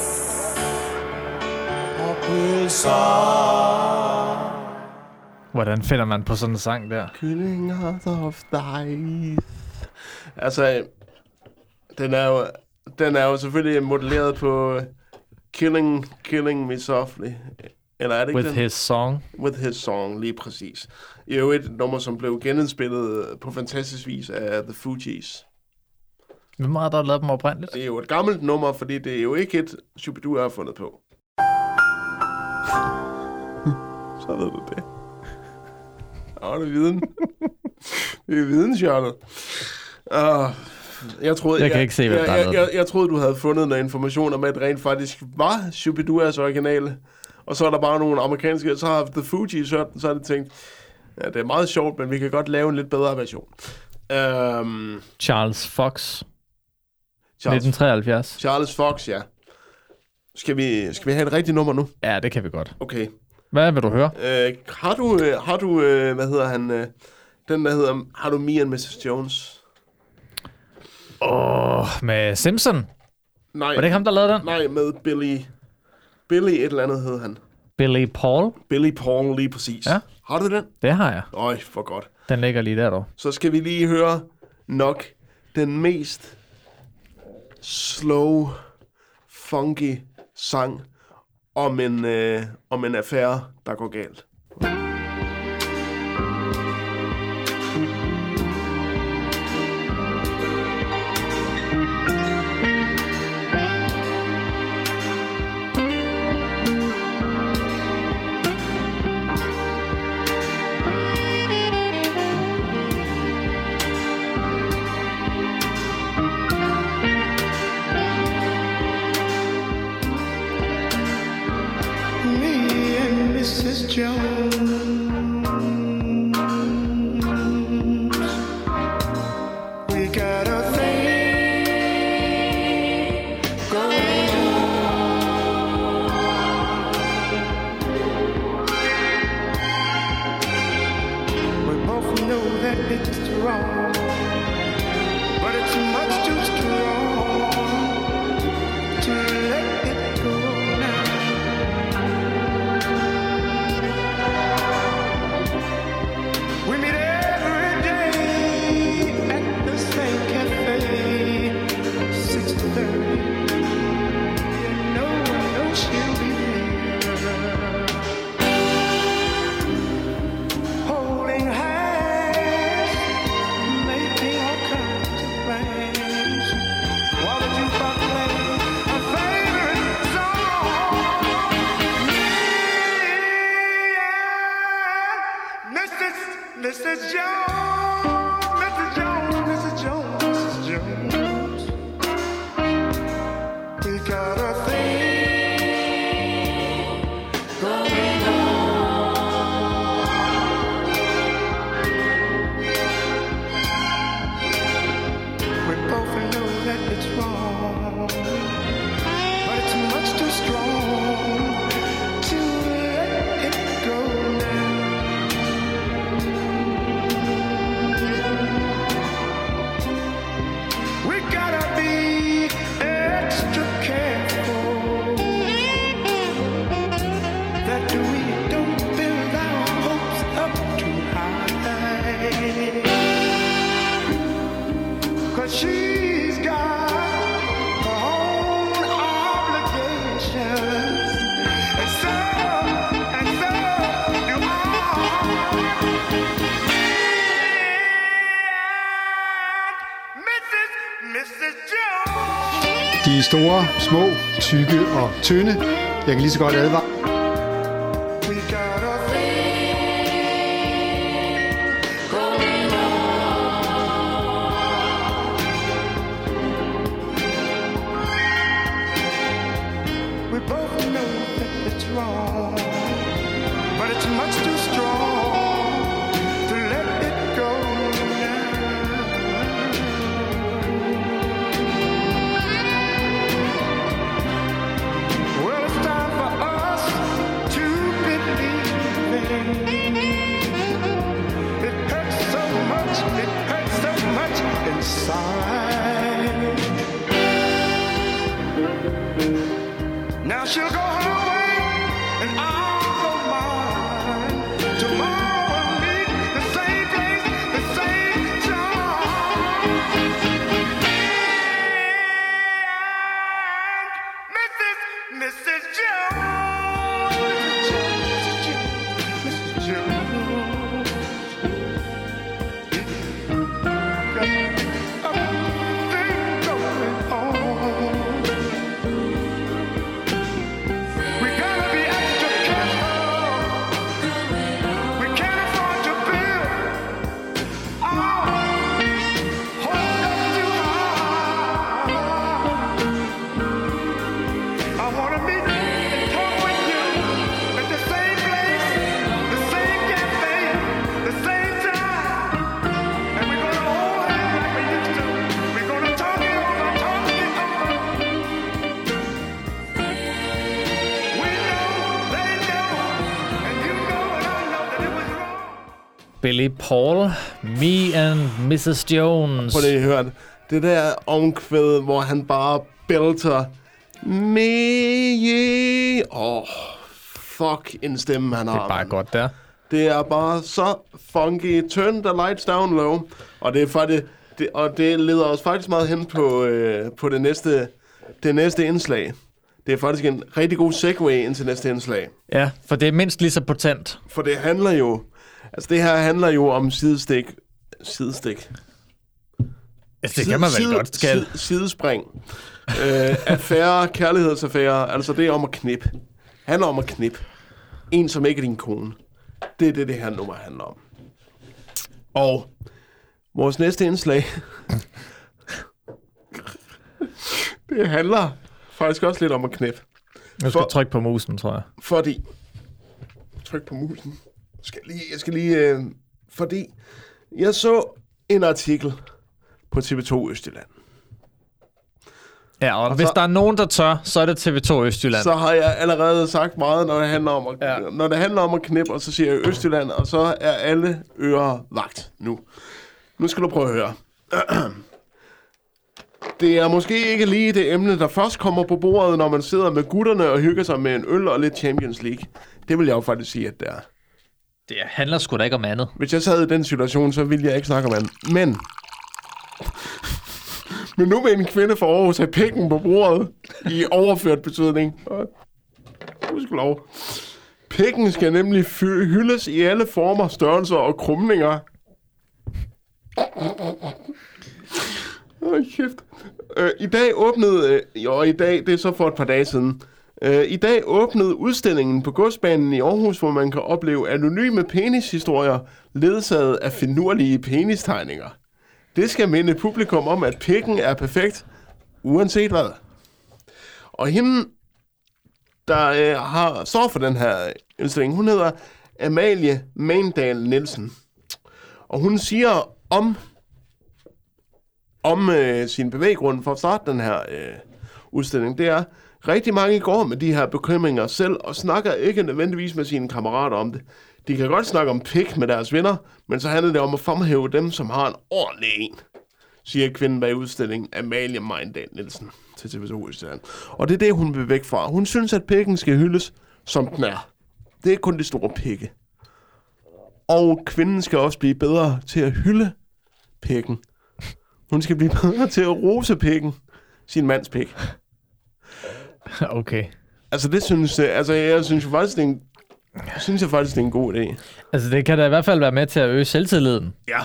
og pølser. Hvordan finder man på sådan en sang der? Kylling og softice. Altså, den er jo selvfølgelig modelleret på Killing Me Softly. Eller er det ikke With His Song. With His Song, lige præcis. Det er jo et nummer, som blev genindspillet på fantastisk vis af The Fugees. Hvem har der lavet dem oprindeligt? Det er jo et gammelt nummer, fordi det er jo ikke et Shubidua har fundet på. Så ved du det. Det er viden. Det er videnshjørnet. Jeg troede, du havde fundet noget information om, at det rent faktisk var Shubiduas originale. Og så er der bare nogle amerikanske, så har The Fugees hørt den, så har de tænkt, ja, det er meget sjovt, men vi kan godt lave en lidt bedre version. Charles Fox. 1973. Charles Fox, ja. Skal vi have et rigtigt nummer nu? Ja, det kan vi godt. Okay. Hvad vil du høre? Har du hvad hedder han, den der hedder, har du Me and Mrs. Jones? Med Simpson? Nej. Var det ikke ham, der lavede den? Nej, med Billy et eller andet hed han. Billy Paul? Billy Paul, lige præcis. Ja. Har du den? Det har jeg. Øj, for godt. Den ligger lige der, dog. Så skal vi lige høre nok den mest slow, funky sang om en affære, der går galt. Mrs. Jones, we got a thing going on. We both know that it's wrong, but it's much too strong to let it go now. We meet every day at the same cafe, 6:30. No one knows she'll be there, holding hands, making all kinds of plans, while the jukebox plays our favorite song. Me and Mrs. Jones, Mrs. Jones, Mrs. Jones, Mrs. Jones, we got a thing going on. We both know that it's wrong, but it's much too strong to let it go now. We gotta be extra careful that we don't build our hopes up too high, 'cause she's got her own obligations, and so do I. Mrs. Jones. De er store, små, tykke og tynde. Jeg kan lige så godt advare. We got a thing going on. We both know that it's wrong, but it's much too strong to let it go now. Well, it's time for us to believe in. It hurts so much inside. Now she'll go her way and I'll go mine. Tomorrow we'll meet the same place, the same time. And Mrs. Jones, Mrs. Jones, got a thing going on. Billy Paul, Me and Mrs. Jones. Prøv lige at høre det. Det der omkvæd, hvor han bare bælter me. Fuck en stemme, han har. Det er bare godt der. Det er bare så funky. Turn the lights down low. Og det er faktisk... Og det leder os faktisk meget hen på det næste indslag. Det er faktisk en rigtig god segue ind til næste indslag. Ja, for det er mindst lige så potent. For det handler jo... Altså, det her handler jo om sidestik. Altså, det kan man vel godt skal. Sidespring. Affære, kærlighedsaffære. Altså, det er om at knippe. Handler om at knippe. En, som ikke er din kone. Det er det her nummer handler om. Og vores næste indslag... det handler faktisk også lidt om at knippe. Nu skal trykke på musen, tror jeg. Fordi... Tryk på musen. Jeg skal lige... fordi jeg så en artikel på TV2 Østjylland. Ja, og hvis der er nogen, der tør, så er det TV2 Østjylland. Så har jeg allerede sagt meget, når det handler om når det handler om at knippe, og så siger jeg Østjylland, og så er alle ører vagt nu. Nu skal du prøve at høre. Det er måske ikke lige det emne, der først kommer på bordet, når man sidder med gutterne og hygger sig med en øl og lidt Champions League. Det vil jeg jo faktisk sige, at det er. Det handler sgu da ikke om andet. Hvis jeg sad i den situation, så ville jeg ikke snakke om andet. Men nu vil en kvinde fra Aarhus have pikken på bordet i overført betydning. Husk. Pikken skal nemlig hyldes i alle former, størrelser og krumninger. Kæft. I dag åbnede... det er så for et par dage siden. I dag åbnede udstillingen på Godsbanen i Aarhus, hvor man kan opleve anonyme penishistorier, ledsaget af finurlige penistegninger. Det skal minde publikum om, at pikken er perfekt, uanset hvad. Og hende, der står for den her udstilling, hun hedder Amalie Mandal Nielsen. Og hun siger om sin bevæggrund for at starte den her udstilling, det er, rigtig mange går med de her bekymringer selv, og snakker ikke nødvendigvis med sine kammerater om det. De kan godt snakke om pik med deres venner, men så handler det om at fremhæve dem, som har en ordentlig en, siger kvinden bag udstillingen Amalie Mandal Nielsen til TV2 Østjylland. Og det er det, hun vil væk fra. Hun synes, at pikken skal hyldes, som den er. Det er kun de store pikke. Og kvinden skal også blive bedre til at hylde pikken. Hun skal blive bedre til at rose pikken, sin mands pik. Okay. Altså, jeg synes jo faktisk, det er en god idé. Altså, det kan da i hvert fald være med til at øge selvtilliden. Ja.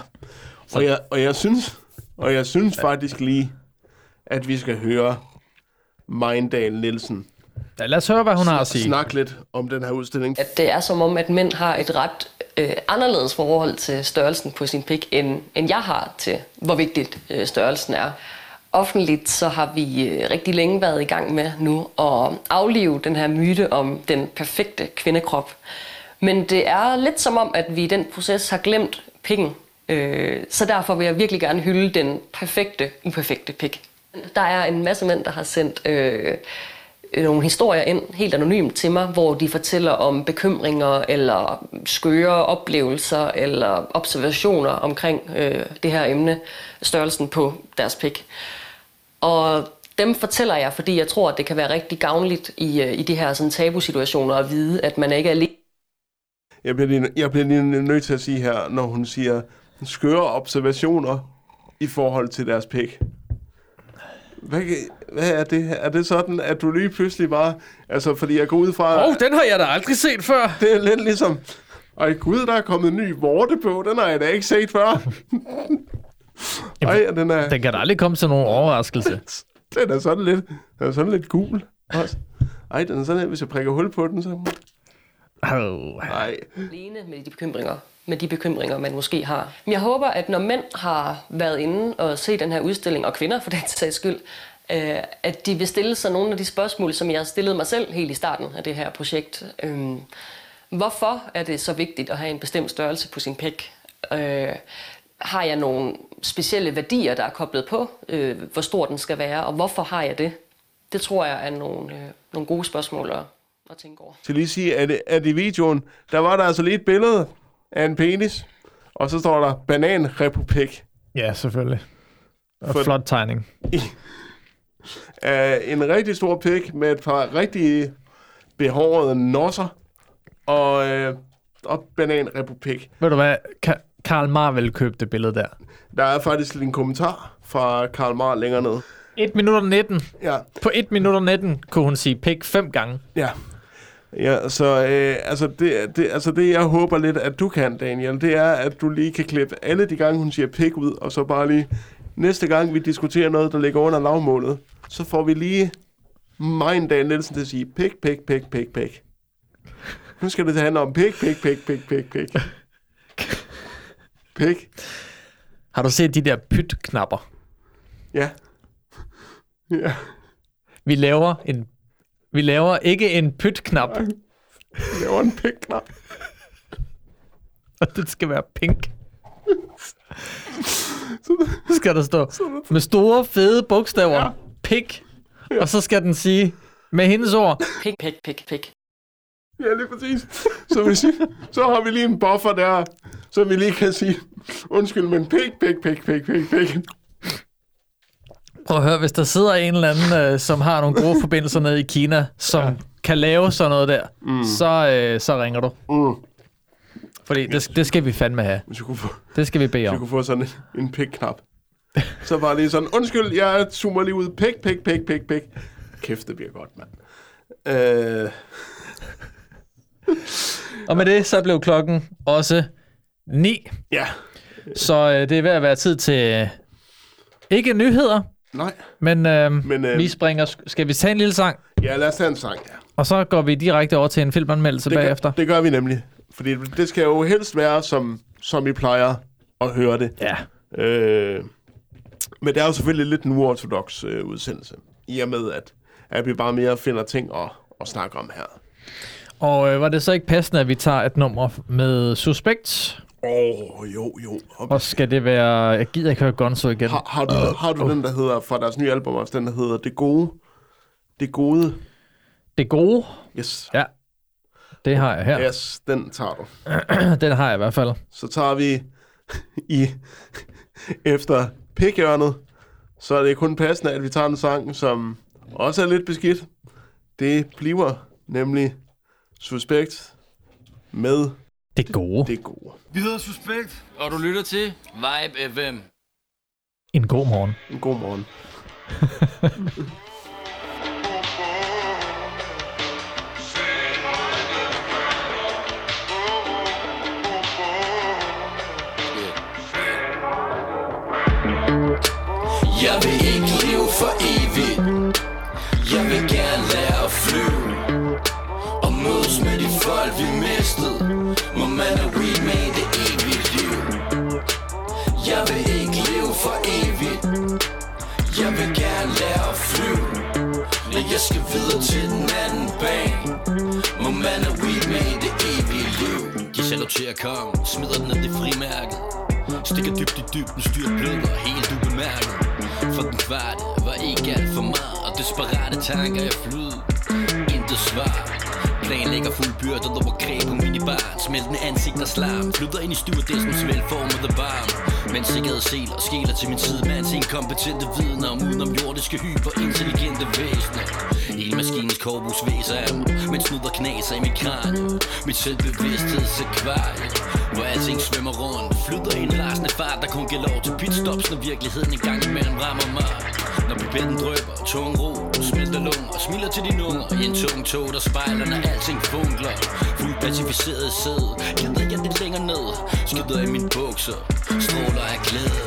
Og jeg synes faktisk lige, at vi skal høre Mandal Nielsen. Ja, lad os høre, hvad hun har at sige. Snakke lidt om den her udstilling. At det er som om, at mænd har et ret anderledes forhold til størrelsen på sin pik, end jeg har til, hvor vigtigt størrelsen er. Offentligt så har vi rigtig længe været i gang med nu at aflive den her myte om den perfekte kvindekrop. Men det er lidt som om, at vi i den proces har glemt pikken. Så derfor vil jeg virkelig gerne hylde den perfekte, uperfekte pik. Der er en masse mænd, der har sendt nogle historier ind helt anonymt til mig, hvor de fortæller om bekymringer eller skøre oplevelser eller observationer omkring det her emne, størrelsen på deres pik. Og dem fortæller jeg, fordi jeg tror, at det kan være rigtig gavnligt i de her sådan, tabusituationer at vide, at man ikke er alene. Jeg bliver lige nødt til at sige her, når hun siger skøre observationer i forhold til deres pik. Hvad er det? Er det sådan, at du lige pludselig bare... Altså, fordi jeg går ud fra... Den har jeg da aldrig set før. Det er lidt ligesom... Ej gud, der er kommet en ny vorte på. Den har jeg da ikke set før. Ej, den kan da aldrig komme til nogen overraskelse. Den er sådan lidt gul også. Ej, den er sådan lidt, hvis jeg prikker hul på den, så... Nej. Alene med de bekymringer, man måske har. Men jeg håber, at når mænd har været inde og set den her udstilling, og kvinder for den sags skyld, at de vil stille sig nogle af de spørgsmål, som jeg stillede mig selv helt i starten af det her projekt. Hvorfor er det så vigtigt at have en bestemt størrelse på sin pik? Har jeg nogle specielle værdier, der er koblet på, hvor stor den skal være, og hvorfor har jeg det? Det tror jeg er nogle gode spørgsmål at tænke over. Til lige sige, at i videoen, der var der altså lige et billede af en penis, Og så står der Bananrepublik. Ja, selvfølgelig. Og flot tegning. En rigtig stor pik med et par rigtig behårede nosser. Og Bananrepublik. Ved du hvad? Karl Marvel købte det billede der. Der er faktisk en kommentar fra Karl Marr længere ned. 1 minut og 19. Ja. På 1 minut og 19 kunne hun sige pik 5 gange. Ja. Ja, så det jeg håber lidt, at du kan, Daniel, det er, at du lige kan klippe alle de gange, hun siger pik ud, og så bare lige næste gang, vi diskuterer noget, der ligger under lavmålet, så får vi lige mig en Dan Nielsen til at sige pik, pik, pik, pik, pik. Nu skal det handle om pik, pik, pik, pik, pik, pik. Pik. Har du set de der pyt-knapper? Ja. Ja. Vi laver ikke en pyt-knap. Vi laver en pik-knap. Og det skal være pink. Så skal der stå med store, fede bogstaver. Ja. Pik. Ja. Og så skal den sige med hendes ord. Pik, pik, pik, pik. Ja, lige præcis. Så har vi lige en buffer der, så vi lige kan sige, undskyld, men pik, pik, pik, pik, pik, pik. Prøv at høre, hvis der sidder en eller anden, som har nogle gode forbindelser nede i Kina, som kan lave sådan noget der, så ringer du. Fordi det skal vi fandme have. Det skal vi bede om. Hvis vi kunne få sådan en pik-knap. Så var det sådan, undskyld, jeg zoomer lige ud. Pik, pik, pik, pik, pik. Kæft, det bliver godt, mand. Og med det, så blev klokken også 9. Ja. Så det er ved at være tid til ikke nyheder. Nej. Men vi springer. Skal vi tage en lille sang? Ja, lad os tage en sang, ja. Og så går vi direkte over til en filmanmeldelse bagefter. Det gør vi nemlig. Fordi det skal jo helst være, som I plejer at høre det. Ja. Men det er jo selvfølgelig lidt en uortodox udsendelse. I og med, at vi bare mere finder ting at snakke om her. Og var det så ikke passende, at vi tager et nummer med Suspekt? Jo. Og skal det være... Jeg gider ikke høre Gonzo igen. Har du den, der hedder, fra deres nye album også, den der hedder Det Gode? Det Gode? Det Gode? Yes. Ja. Det har jeg her. Yes, den tager du. Den har jeg i hvert fald. Så tager vi efter pikhjørnet, så er det kun passende, at vi tager en sang, som også er lidt beskidt. Det bliver nemlig Suspekt med Det Gode. Det Gode. Vi hedder Suspekt, og du lytter til Vibe FM. En god morgen. En god morgen. Jeg vil ikke leve for evigt. Jeg vil gerne lære at flyve og mødes med de folk vi mistede. Må man have weed med i det evige liv. Jeg vil ikke leve for evigt. Jeg vil gerne lære at flyve, når jeg skal videre til den anden bane. Må man have weed med i det evige liv. De saluterer kongen, smider den af det frimærket. Stikker dybt i dybden, styrt blød og helt ubemærket. For den kvarte var ikke alt for meget, og desperate tanker jeg flyd. Intet svar. Planlægger fuld byrde, der var greb på minibaren. Smeltende ansigt og slam, flytter ind i stewardessens velformede barm. Men sikkerhed seler, skæler til min sidemand til inkompetente vidner om udenomjordiske hyperintelligente væsener. Hele maskinens korpus væser af mig, mens nudder knaser i mit kranie. Mit selvbevidsthedsakvarie, hvor alting svømmer rundt. Flytter i en rasende fart, der kun giver lov til pitstops, når virkeligheden en gang imellem rammer mig. Når pipetten drøber, tung ro, smelter lunger og smiler til dine unger. I en tung tog, der spejler, når alting funkler. Fuldt pacificeret sæd, gider jeg det længere ned. Skyder i mine bukser, stråler af glæde.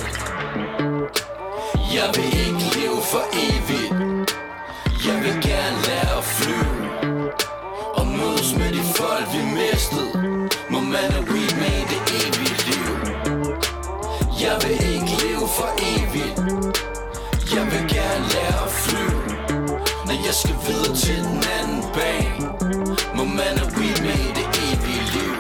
Jeg vil ikke leve for evigt. Jeg vil gerne lære at flyve og mødes med de folk vi mistede. Må man have weed med i det evige liv. Jeg vil ikke leve for evigt. Jeg vil gerne lære at flyve, når jeg skal videre til den anden bane. Må man have weed med i det evige liv.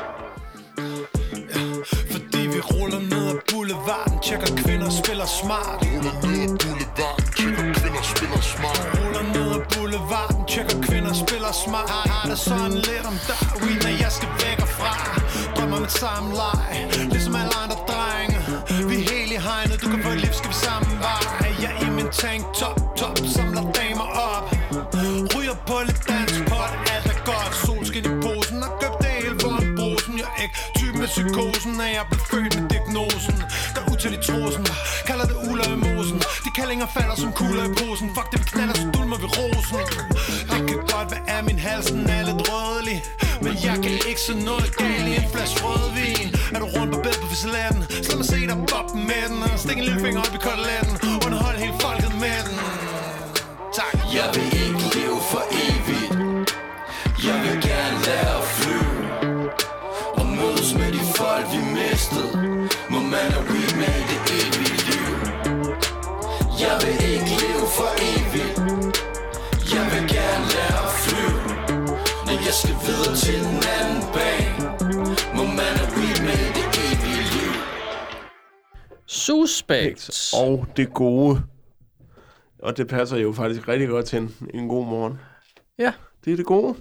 Fordi vi ruller ned ad boulevarden, tjekker kvinder spiller smart. Ruller ned ad boulevarden, tjekker kvinder spiller smart. Ruller ned ad boulevarden, tjekker kvinder spiller smart. Har det sådan lidt om dig, weed, når jeg skal væk herfra. drømmer med samme leg, ligesom alle andre drenge. Vi er helt i hegnet, du kan få et liv, skal vi sammen vej. Jeg er i min tank, top, samler damer op. Ryger på lidt dansk pot, alt er godt. Solskin i posen, og købt det hele for en brosen. Jeg er ikke typen med psykosen, at jeg er blevet født med diagnosen. Der er utal i trosen, kalder det uler i mosen. De kallinger falder som kugler i posen. Fuck det, vi knaller, så dulmer vi rosen. Det kan godt være, at min halsen er lidt rødlig, men jeg kan ikke se noget galt i en flaske rødvin. Er du rundt på bed på fiselaten, så lad mig se dig boppe med den. Stik en lille finger op i koteletten, underhold hele folket med den. Tak. Jeg vil ikke leve for evigt. Jeg vil gerne lære at flyve og mødes med de folk vi mistede. Må man have remade det evige liv. Jeg vil ikke leve for evigt. Jeg vil gerne lære at flyve, når jeg skal videre til den anden bane. Må man have remade det evige liv. Suspekt. Og det gode. Og det passer jo faktisk rigtig godt til en god morgen. Ja. Det er det gode.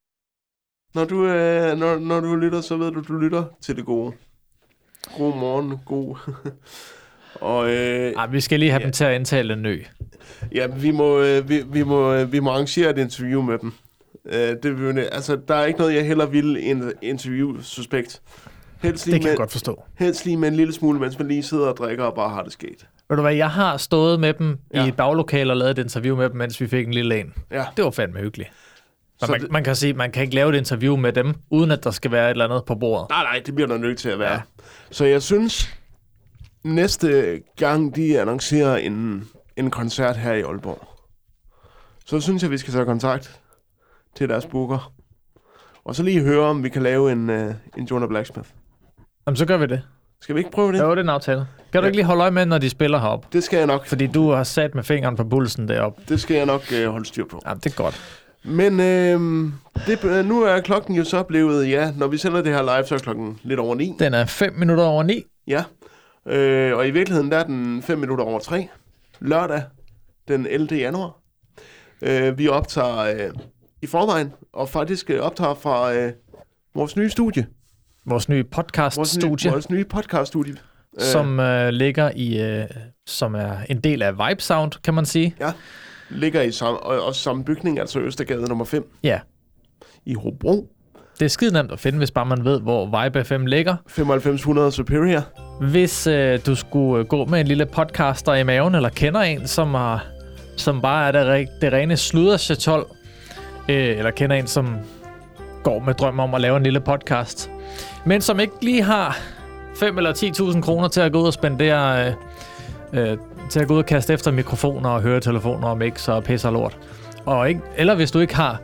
Når du lytter, så ved du lytter til det gode. God morgen, god. Og, vi skal lige have dem til at indtale en ny. Ja, vi må arrangere et interview med dem. Der er ikke noget, jeg heller vil en interview Suspekt. Det kan jeg godt forstå. Helst lige med en lille smule, mens man lige sidder og drikker og bare har det sket. Ved du hvad, jeg har stået med dem i et baglokale og lavet et interview med dem, mens vi fik en lille en. Ja. Det var fandme hyggeligt. Man kan sige, man kan ikke lave et interview med dem, uden at der skal være et eller andet på bordet. Nej, det bliver der nødt til at være. Ja. Så jeg synes, næste gang de annoncerer en koncert her i Aalborg, så synes jeg, vi skal tage kontakt til deres booker. Og så lige høre, om vi kan lave en Jonah Blacksmith. Jamen, så gør vi det. Skal vi ikke prøve det? Jo, det er en aftale. Kan du ikke lige holde øje med, når de spiller heroppe? Det skal jeg nok. Fordi du har sat med fingeren på pulsen deroppe. Det skal jeg nok holde styr på. Ja, det er godt. Men nu er klokken jo så blevet, når vi sender det her live, så er klokken lidt over 9. Den er 5 minutter over 9. Ja, og i virkeligheden der er den 5 minutter over 3. Lørdag, den 11. januar. Vi optager i forvejen, og faktisk optager fra vores nye studie. Vores nye podcast-studie. Vores nye podcast-studie. Som ligger i, som er en del af Vibe Sound, kan man sige. Ja, ligger i samme bygning, altså Østergade nummer 5. Ja. I Hobro. Det er skide nemt at finde, hvis bare man ved, hvor Vibe FM ligger. 9500 Superior. Hvis du skulle gå med en lille podcaster i maven, eller kender en, som bare er det rene sludderchatol, eller kender en, som går med drøm om at lave en lille podcast, men som ikke lige har 5 eller 10.000 kroner til at gå ud og spendere, til at gå ud og kaste efter mikrofoner og høretelefoner og mix og pisse og lort. Eller hvis du ikke har,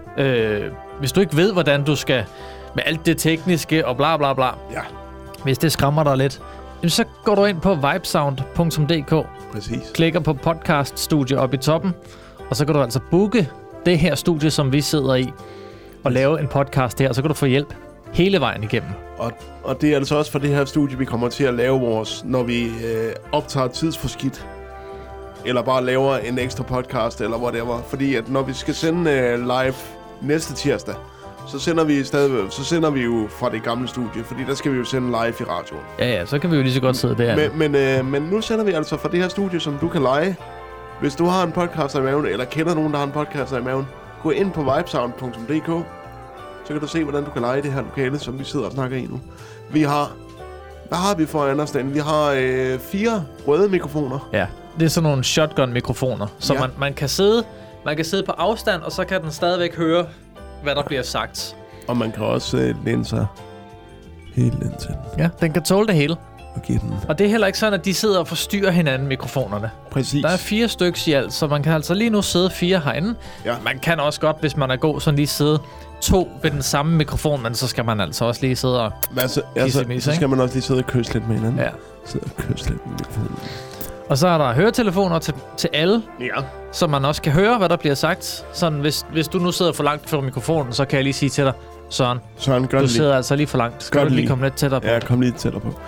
hvis du ikke ved, hvordan du skal med alt det tekniske og bla bla bla. Ja. Hvis det skræmmer dig lidt, så går du ind på vibesound.dk. Præcis. Klikker på podcast studie oppe i toppen, og så kan du altså booke det her studie, som vi sidder i, og lave en podcast her, så kan du få hjælp hele vejen igennem. Og det er altså også for det her studie, vi kommer til at lave vores, når vi optager tidsforskidt, eller bare laver en ekstra podcast, eller whatever. Fordi at når vi skal sende live næste tirsdag, så sender vi jo fra det gamle studie, fordi der skal vi jo sende live i radioen. Ja, så kan vi jo lige så godt sidde der. Men nu sender vi altså fra det her studie, som du kan lege. Hvis du har en podcaster i maven, eller kender nogen, der har en podcaster i maven, gå ind på vibesound.dk, så kan du se, hvordan du kan lege det her lokale, som vi sidder og snakker i nu. Hvad har vi foran os den? Vi har 4 røde mikrofoner. Ja, det er sådan nogle shotgun-mikrofoner, så man kan sidde på afstand, og så kan den stadigvæk høre, hvad der bliver sagt. Og man kan også læne sig helt ind til den. Ja, den kan tåle det hele. Og det er heller ikke sådan, at de sidder og forstyrrer hinanden, mikrofonerne. Præcis. Der er 4 stykker i alt, så man kan altså lige nu sidde 4 herinde. Ja. Man kan også godt, hvis man er god, sådan lige sidde 2 ved den samme mikrofon, men så skal man altså også lige sidde og så skal man også lige sidde og kysse lidt med hinanden. Ja. Sidde og kysse lidt med mikrofonen. Og så er der høretelefoner til alle, så man også kan høre, hvad der bliver sagt. Sådan, hvis du nu sidder for langt fra mikrofonen, så kan jeg lige sige til dig, Søren, du sidder altså lige for langt. Skal du lige komme lidt tættere på? Ja, kom lige tættere på.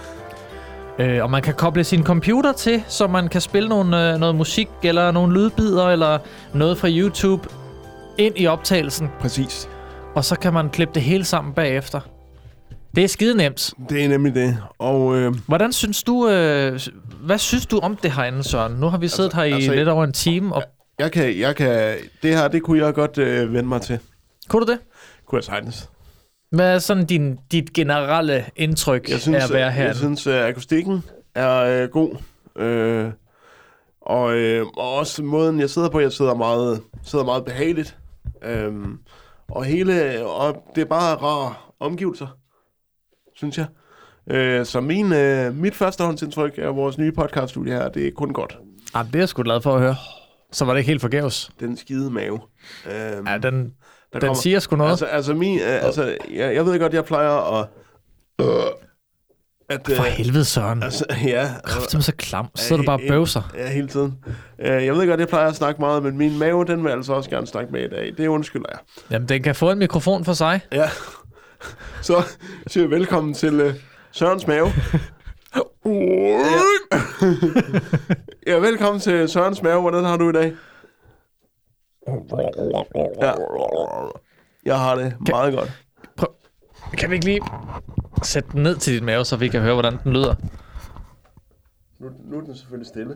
Og man kan koble sin computer til, så man kan spille noget musik, eller nogle lydbider, eller noget fra YouTube ind i optagelsen. Præcis. Og så kan man klippe det hele sammen bagefter. Det er skide nemt. Det er nemlig det. Og, hvordan synes du, hvad synes du om det herinde, Søren? Nu har vi siddet her i lidt over en time. Og jeg kan, det kunne jeg godt vende mig til. Kunne du det? Kunne jeg sagtens. Hvad er sådan dit generelle indtryk af at være her? Jeg synes, akustikken er god. Og også måden, jeg sidder på, jeg sidder meget behageligt. Og det er bare rare omgivelser, synes jeg. Så mit førstehåndsindtryk af vores nye podcaststudie her, det er kun godt. Det er jeg sgu glad for at høre. Så var det ikke helt forgæves. Den skide mave. Den siger sgu noget. Jeg ved godt, jeg plejer at... For helvede, Søren. Kræften så klam. Så du bare bøvser. Ja, hele tiden. Jeg ved godt, jeg plejer at snakke meget, men min mave, den vil altså også gerne snakke med i dag. Det undskylder jeg. Jamen, den kan få en mikrofon for sig. Ja. Så siger jeg velkommen til Sørens mave. Ja, velkommen til Sørens mave. Hvordan har du i dag? Ja. Jeg har det meget godt. Prøv. Kan vi ikke lige sætte den ned til dit mave, så vi kan høre, hvordan den lyder? Nu er den selvfølgelig stille.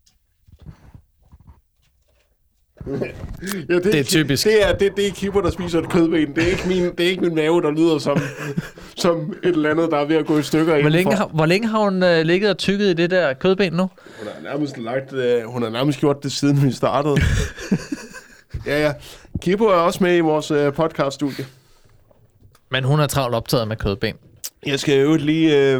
Ja, det er typisk. Det er Kipper, der spiser et kødben. Det er ikke min mave, der lyder som et eller andet, der er ved at gå i stykker. Hvor længe har hun ligget og tykket i det der kødben nu? Hun har nærmest gjort det, siden vi startede. Ja. Kipper er også med i vores podcaststudie. Men hun er travlt optaget med kødben. Jeg skal jo lige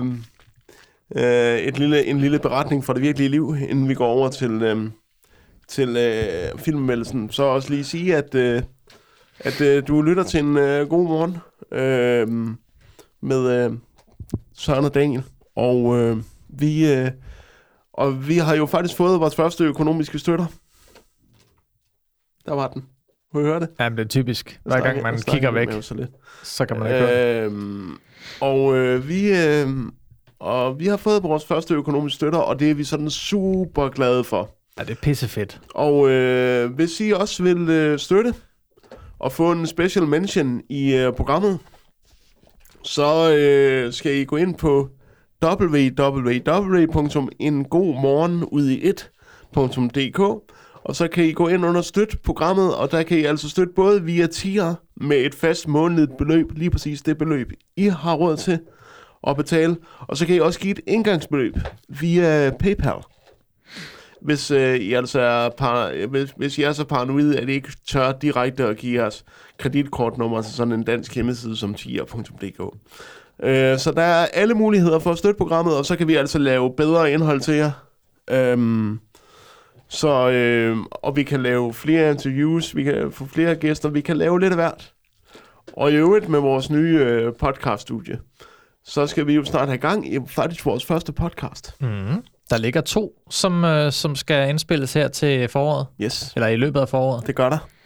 en lille beretning fra det virkelige liv, inden vi går over til filmmeldelsen. Så også lige sige, at du lytter til en god morgen med Søren og Daniel. Og vi har jo faktisk fået vores første økonomiske støtter. Der var den. Kunne I høre det? Jamen, det er typisk. Hver gang man kigger væk, så kan man ikke høre det. Og vi har fået vores første økonomiske støtter, og det er vi sådan super glade for. Ja, det er pissefedt. Og hvis I også vil støtte og få en special mention i programmet, så skal I gå ind på www.engodmorgenudi1.dk, og så kan I gå ind under støt programmet, og der kan I altså støtte både via tier med et fast månedligt beløb, lige præcis det beløb, I har råd til at betale, og så kan I også give et indgangsbeløb via PayPal. Hvis I altså hvis I er så paranoide, at I ikke tør direkte at give jeres kreditkortnummer til sådan en dansk hjemmeside som tier.dk. Så der er alle muligheder for at støtte programmet, og så kan vi altså lave bedre indhold til jer. Og vi kan lave flere interviews, vi kan få flere gæster, vi kan lave lidt af hvert. Og i øvrigt med vores nye podcaststudie, så skal vi jo snart have gang i faktisk vores første podcast. Mm. Der ligger 2, som skal indspilles her til foråret. Yes. Eller i løbet af foråret. Det gør der.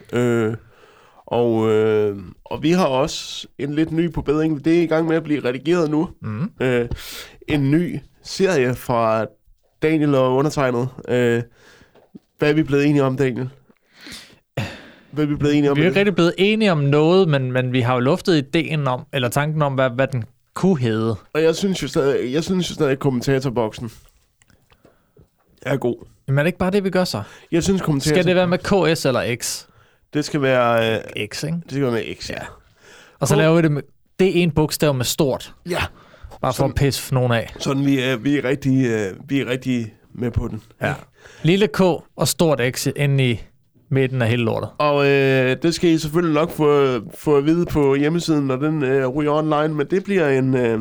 Og vi har også en lidt ny på bedring. Det er i gang med at blive redigeret nu. Mm. En ny serie fra Daniel og undertegnet. Hvad er vi blevet enige om, Daniel? Hvad er vi blevet enige om? Vi er ikke rigtig blevet enige om noget, men vi har jo luftet ideen om, eller tanken om, hvad den kunne hedde. Og jeg synes jo stadig, at kommentatorboksen er god. Men er det ikke bare det, vi gør så? Jeg synes Skal det være med KS eller X? Det skal være... X, ikke? Det skal være med X, ja. Og så laver vi det med... Det er en bogstav med stort. Ja. Bare for at pisse nogen af. Sådan, vi er rigtig med på den. Ja. Lille K og stort X inde i midten af hele lortet. Og det skal I selvfølgelig nok få at vide på hjemmesiden, når den ryger online, men det bliver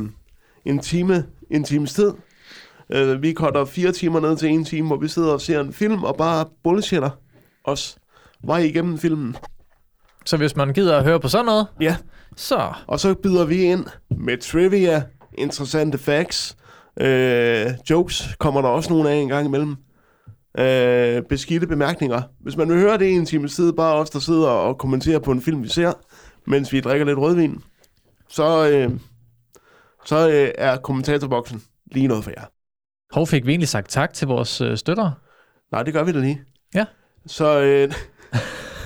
en times tid. Vi cutter 4 timer ned til 1 time, hvor vi sidder og ser en film og bare bullshitter os vej igennem filmen. Så hvis man gider at høre på sådan noget, ja. Så. Og så byder vi ind med trivia, interessante facts, jokes kommer der også nogle af en gang imellem. Beskidte bemærkninger. Hvis man vil høre det i en times tid, bare os, der sidder og kommenterer på en film, vi ser, mens vi drikker lidt rødvin, så er kommentatorboksen lige noget for jer. Hvor fik vi egentlig sagt tak til vores støttere? Nej, det gør vi da lige. Ja. Så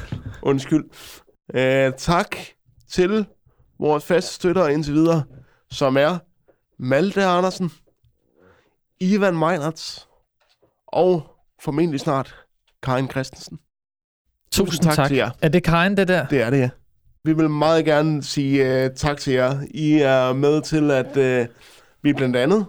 undskyld. Tak til vores faste støttere indtil videre. som er Malte Andersen, Ivan Meinertz og formentlig snart Karin Christensen. Tusind tak til jer. Er det Karin, det der? Det er det, ja. Vi vil meget gerne sige tak til jer. I er med til, at vi blandt andet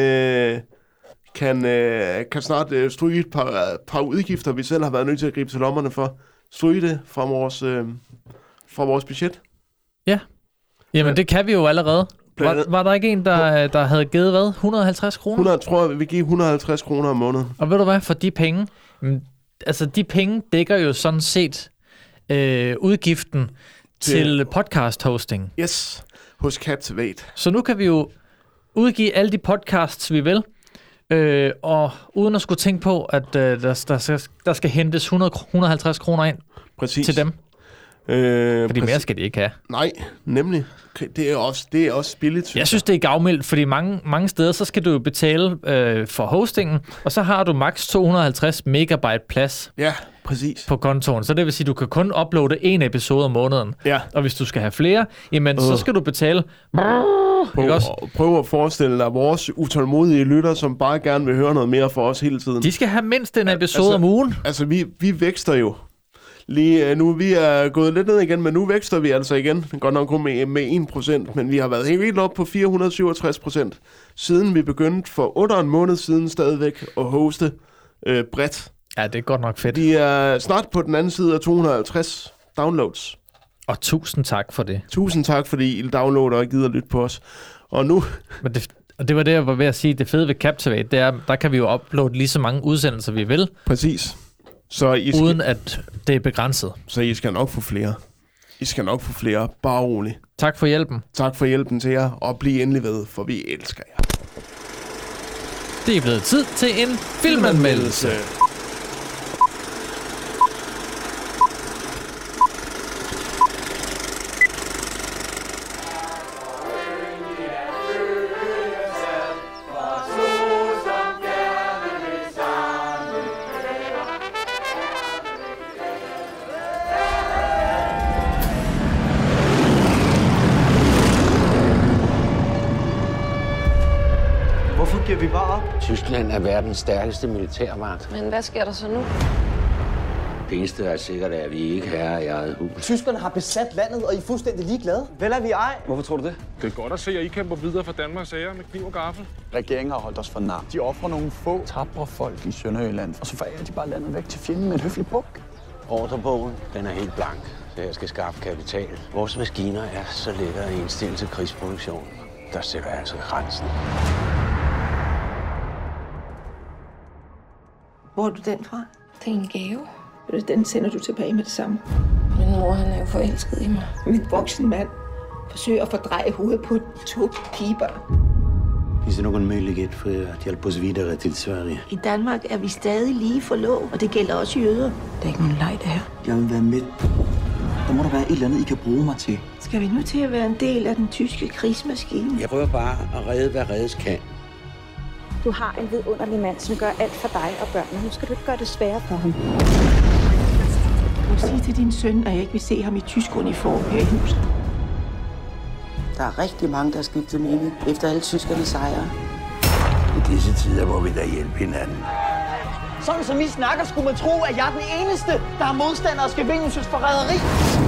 kan snart stryge et par udgifter, vi selv har været nødt til at gribe til lommerne for. Stryge det fra vores budget. Ja. Jamen, det kan vi jo allerede. Var der ikke en, der havde givet hvad? 150 kroner? 100, tror jeg, vi giver 150 kroner om måneden. Og ved du hvad, for de penge, altså de penge dækker jo sådan set udgiften til podcast hosting. Yes, hos Captivate. Så nu kan vi jo udgive alle de podcasts, vi vil, og uden at skulle tænke på, at der skal hentes 150 kroner ind til dem. Fordi mere skal de ikke have. Nej, nemlig. Det er også billigt. Jeg synes, det er gavmildt, fordi mange steder, så skal du jo betale for hostingen, og så har du maks 250 megabyte plads. Ja, præcis. På kontoen. Så det vil sige, at du kan kun uploade en episode om måneden. Ja. Og hvis du skal have flere, jamen så skal du betale. Prøv at forestille dig vores utålmodige lytter, som bare gerne vil høre noget mere for os hele tiden. De skal have mindst en episode om ugen. Altså, vi vækster jo. Lige nu, vi er gået lidt ned igen, men nu vækster vi altså igen. Godt nok kun med 1%, men vi har været helt op på 467%, siden vi begyndte for 8 måned siden stadigvæk at hoste bredt. Ja, det er godt nok fedt. Vi er snart på den anden side af 250 downloads. Og tusind tak for det. Tusind tak, fordi I downloader og gider lytte på os. Og nu... Og det var det, jeg var ved at sige. Det fede ved Captivate, det er, der kan vi jo uploade lige så mange udsendelser, vi vil. Præcis. Så uden at det er begrænset. Så I skal nok få flere. I skal nok få flere. Bare roligt. Tak for hjælpen. Tak for hjælpen til jer. Og bliv endelig ved, for vi elsker jer. Det er blevet tid til en filmanmeldelse. Hvorfor giver vi bare op? Tyskland er verdens stærkeste militærmagt. Men hvad sker der så nu? Det eneste, der er sikkert, er, at vi ikke er i eget hus. Tyskerne har besat landet, og I er fuldstændig ligeglade. Vel er vi ej. Hvorfor tror du det? Det er godt at se, at I kæmper videre for Danmarks ære med kniv og gaffel. Regeringen har holdt os for nar. De offrer nogle få tapre folk i Sønderjylland, og så forærer de bare landet væk til fjenden med et høfligt buk. Ordrebogen, den er helt blank, så jeg skal skaffe kapital. Vores maskiner er så lettere at indstille til krigsproduktion. Der sætter jeg altså grænsen. Hvor er du den fra? Det er en gave. Den sender du tilbage med det samme. Min mor, han er jo forelsket i mig. Min voksen mand forsøger at fordreje hovedet på 2 pigebørn. Finns det någon möjlighet för att hjälpa oss vidare till Sverige? I Danmark er vi stadig lige forlovet, og det gælder også jøder. Det er ikke nogen leg, det her. Jeg vil være med. Der må der være et eller andet, I kan bruge mig til. Skal vi nu til at være en del af den tyske krigsmaskine? Jeg prøver bare at redde, hvad reddes kan. Du har en vidunderlig mand, som gør alt for dig og børnene. Nu skal du ikke gøre det sværere for ham. Du må sige til din søn, at jeg ikke vil se ham i tysk uniform her i huset. Der er rigtig mange, der har skiftet mening efter alle tyskerne sejre. I disse tider må vi da hjælpe hinanden. Sådan som I snakker, skulle man tro, at jeg er den eneste, der har modstander og skal vinges forræderi.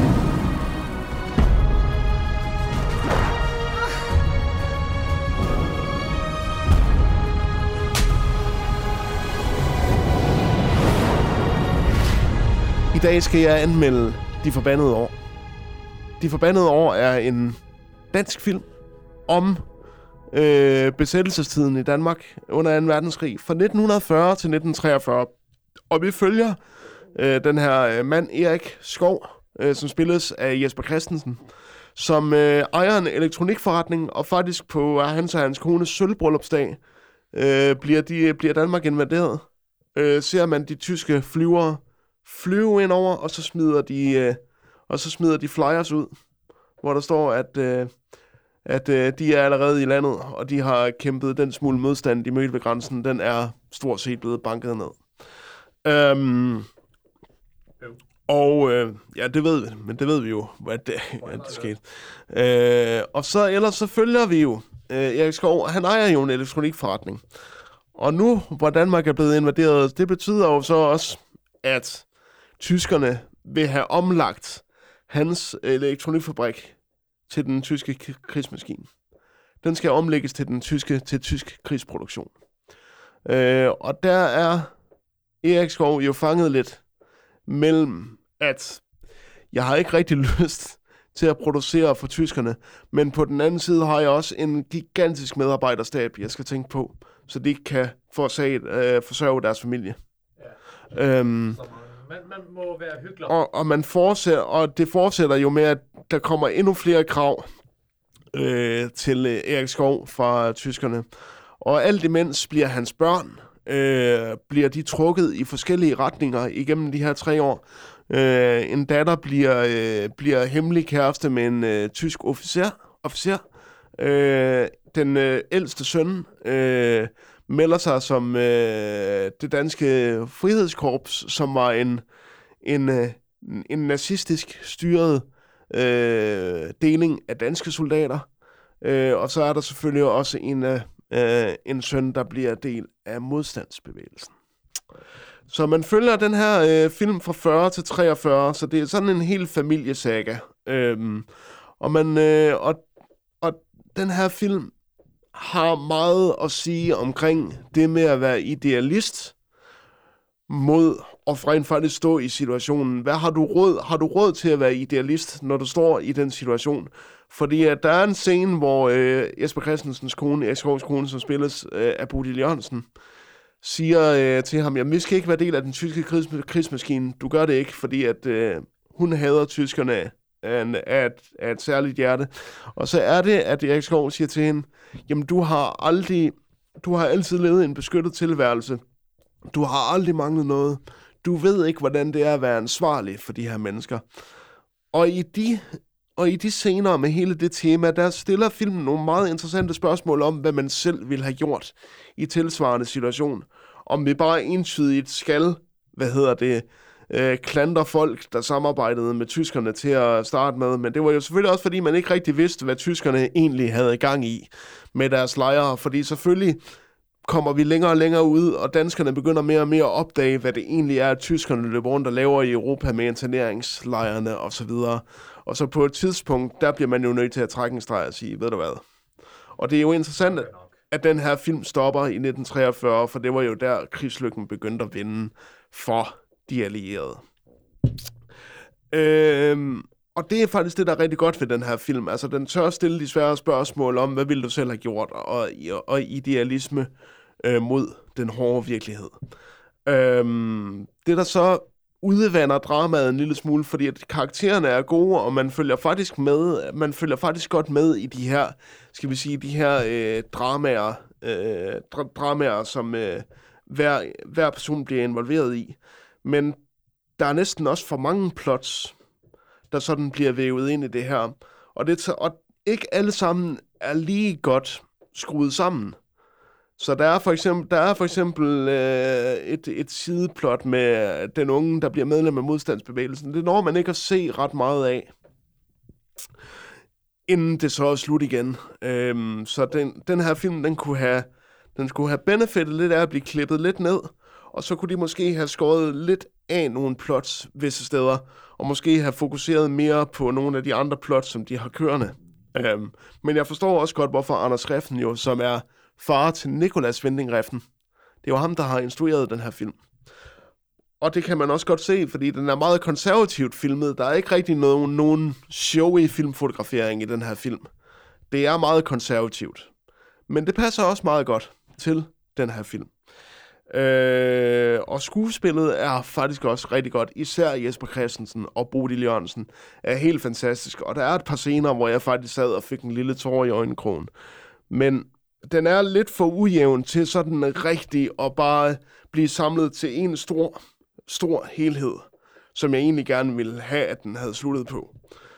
I dag skal jeg anmelde De Forbandede År. De Forbandede År er en dansk film om besættelsestiden i Danmark under 2. verdenskrig fra 1940 til 1943. Og vi følger den her mand Erik Skov, som spilles af Jesper Christensen, som ejer en elektronikforretning, og faktisk på hans og hans kones sølvbryllupsdag bliver Danmark invaderet. Ser man de tyske flyvere flyve ind over, og så smider de flyers ud, hvor der står, at de er allerede i landet, og de har kæmpet den smule modstand, de mødte ved grænsen. Den er stort set blevet banket ned. Og ja, det ved vi, men det ved vi jo, at det skete. Og så ellers så følger vi jo Erik Skov, han ejer jo en elektronikforretning. Og nu, hvor Danmark er blevet invaderet, det betyder jo så også, at tyskerne vil have omlagt hans elektronikfabrik til den tyske krigsmaskine. Den skal omlægges til tysk krigsproduktion. Og der er Erik Skov jo fanget lidt mellem, at jeg har ikke rigtig lyst til at producere for tyskerne, men på den anden side har jeg også en gigantisk medarbejderstab, jeg skal tænke på, så de kan forsørge deres familie. Ja. Man må være hyggelig. Og det fortsætter jo med, at der kommer endnu flere krav til Erik Skov fra tyskerne. Og alt imens bliver hans børn bliver de trukket i forskellige retninger igennem de her 3 år. En datter bliver hemmelig kæreste med en tysk officer. Den ældste søn melder sig som det danske frihedskorps, som var en nazistisk styret deling af danske soldater. Og så er der selvfølgelig også en søn, der bliver del af modstandsbevægelsen. Så man følger den her film fra 40 til 43, så det er sådan en hel familiesaga. Og den her film har meget at sige omkring det med at være idealist mod at rent faktisk stå i situationen. Hvad har du råd? Har du råd til at være idealist, når du står i den situation? Fordi at der er en scene, hvor Jesper Christensens kone, Erik Skovs kone, som spilles af Bodil Jørgensen, siger til ham, jamen vi skal ikke være del af den tyske krigsmaskine. Du gør det ikke, fordi at hun hader tyskerne af et særligt hjerte. Og så er det, at Erik Skov siger til hende, jamen du har altid levet en beskyttet tilværelse. Du har aldrig manglet noget. Du ved ikke, hvordan det er at være ansvarlig for de her mennesker. Og i de scener med hele det tema, der stiller filmen nogle meget interessante spørgsmål om, hvad man selv ville have gjort i tilsvarende situation. Om vi bare entydigt skal, klandre folk, der samarbejdede med tyskerne til at starte med. Men det var jo selvfølgelig også, fordi man ikke rigtig vidste, hvad tyskerne egentlig havde gang i med deres lejre. Fordi selvfølgelig kommer vi længere og længere ud, og danskerne begynder mere og mere at opdage, hvad det egentlig er, at tyskerne løber rundt og laver i Europa med interneringslejrene osv. Og så på et tidspunkt, der bliver man jo nødt til at trække en streg og sige, ved du hvad? Og det er jo interessant, at den her film stopper i 1943, for det var jo der, krigslykken begyndte at vinde for de allierede. Og det er faktisk det, der er rigtig godt ved den her film. Altså, den tør stille de svære spørgsmål om, hvad ville du selv have gjort, og idealisme mod den hårde virkelighed. Det, der så udvander dramaet en lille smule, fordi at karaktererne er gode, og man følger faktisk godt med i de her, skal vi sige, dramaer, som hver person bliver involveret i. Men der er næsten også for mange plots, der sådan bliver vævet ind i det her. Og ikke alle sammen er lige godt skruet sammen. Så der er for eksempel et sideplot med den unge, der bliver medlem af modstandsbevægelsen. Det når man ikke at se ret meget af, inden det så er slut igen. Så den her film, den skulle have benefitet lidt af at blive klippet lidt ned, og så kunne de måske have skåret lidt af nogle plots visse steder, og måske have fokuseret mere på nogle af de andre plots, som de har kørende. Men jeg forstår også godt, hvorfor Anders Refn jo, som er far til Nicolas Winding Refn, det er jo ham, der har instrueret den her film. Og det kan man også godt se, fordi den er meget konservativt filmet. Der er ikke rigtig nogen showy filmfotografering i den her film. Det er meget konservativt. Men det passer også meget godt til den her film. Og skuespillet er faktisk også rigtig godt. Især Jesper Christensen og Bodil Jørgensen er helt fantastisk. Og der er et par scener, hvor jeg faktisk sad og fik en lille tår i øjenkrogen. Men den er lidt for ujævn til sådan rigtig at bare blive samlet til en stor helhed, som jeg egentlig gerne ville have, at den havde sluttet på.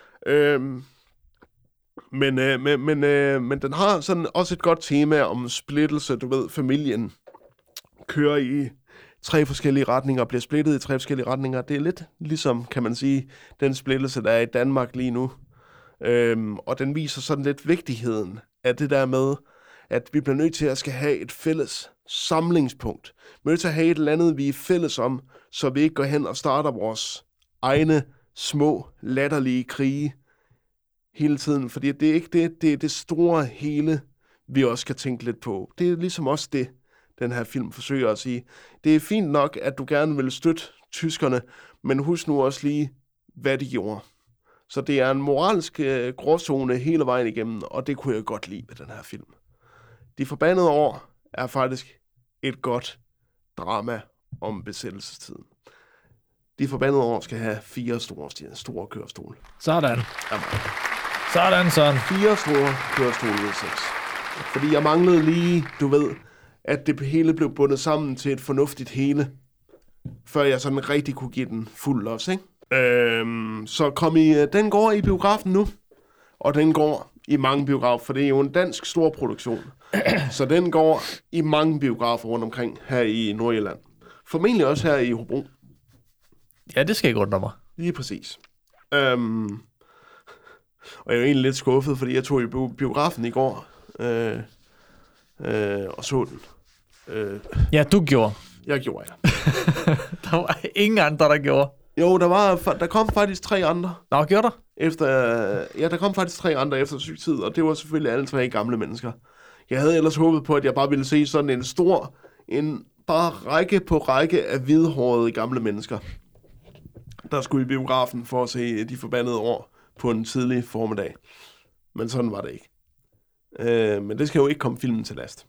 Men den har sådan også et godt tema om splittelse, du ved, familien kører i 3 forskellige retninger, bliver splittet i 3 forskellige retninger. Det er lidt ligesom, kan man sige, den splittelse, der er i Danmark lige nu. Og den viser sådan lidt vigtigheden af det der med, at vi bliver nødt til at skal have et fælles samlingspunkt. Vi er nødt til at have et eller andet, vi er fælles om, så vi ikke går hen og starter vores egne små, latterlige krige hele tiden. Fordi det er ikke det er det store hele, vi også skal tænke lidt på. Det er ligesom også det, den her film forsøger at sige. Det er fint nok, at du gerne vil støtte tyskerne, men husk nu også lige, hvad de gjorde. Så det er en moralsk gråzone hele vejen igennem, og det kunne jeg godt lide ved den her film. De forbandede år er faktisk et godt drama om besættelsestiden. De forbandede år skal have 4 store kørestole. Sådan. Jamen. Sådan. 4 store kørestole ud af 6. Fordi jeg manglede lige, du ved, at det hele blev bundet sammen til et fornuftigt hele, før jeg sådan rigtig kunne give den fuld los, ikke? Så den går i biografen nu, og den går i mange biografer, for det er jo en dansk storproduktion. Så den går i mange biografer rundt omkring her i Nordjylland. Formentlig også her i Hobro. Ja, det skal ikke undre mig. Lige præcis. Og jeg er jo egentlig lidt skuffet, fordi jeg tog i biografen i går og så den. Ja, du gjorde. Jeg gjorde, ja. Der var ingen andre, der gjorde. Jo, der kom faktisk 3 andre. Nå, gjorde der? Der kom faktisk 3 andre efter syg tid, og det var selvfølgelig alle 3 gamle mennesker. Jeg havde ellers håbet på, at jeg bare ville se sådan en bare række på række af hvidhårede gamle mennesker, der skulle i biografen for at se de forbandede år på en tidlig formiddag. Men sådan var det ikke. Men det skal jo ikke komme filmen til last.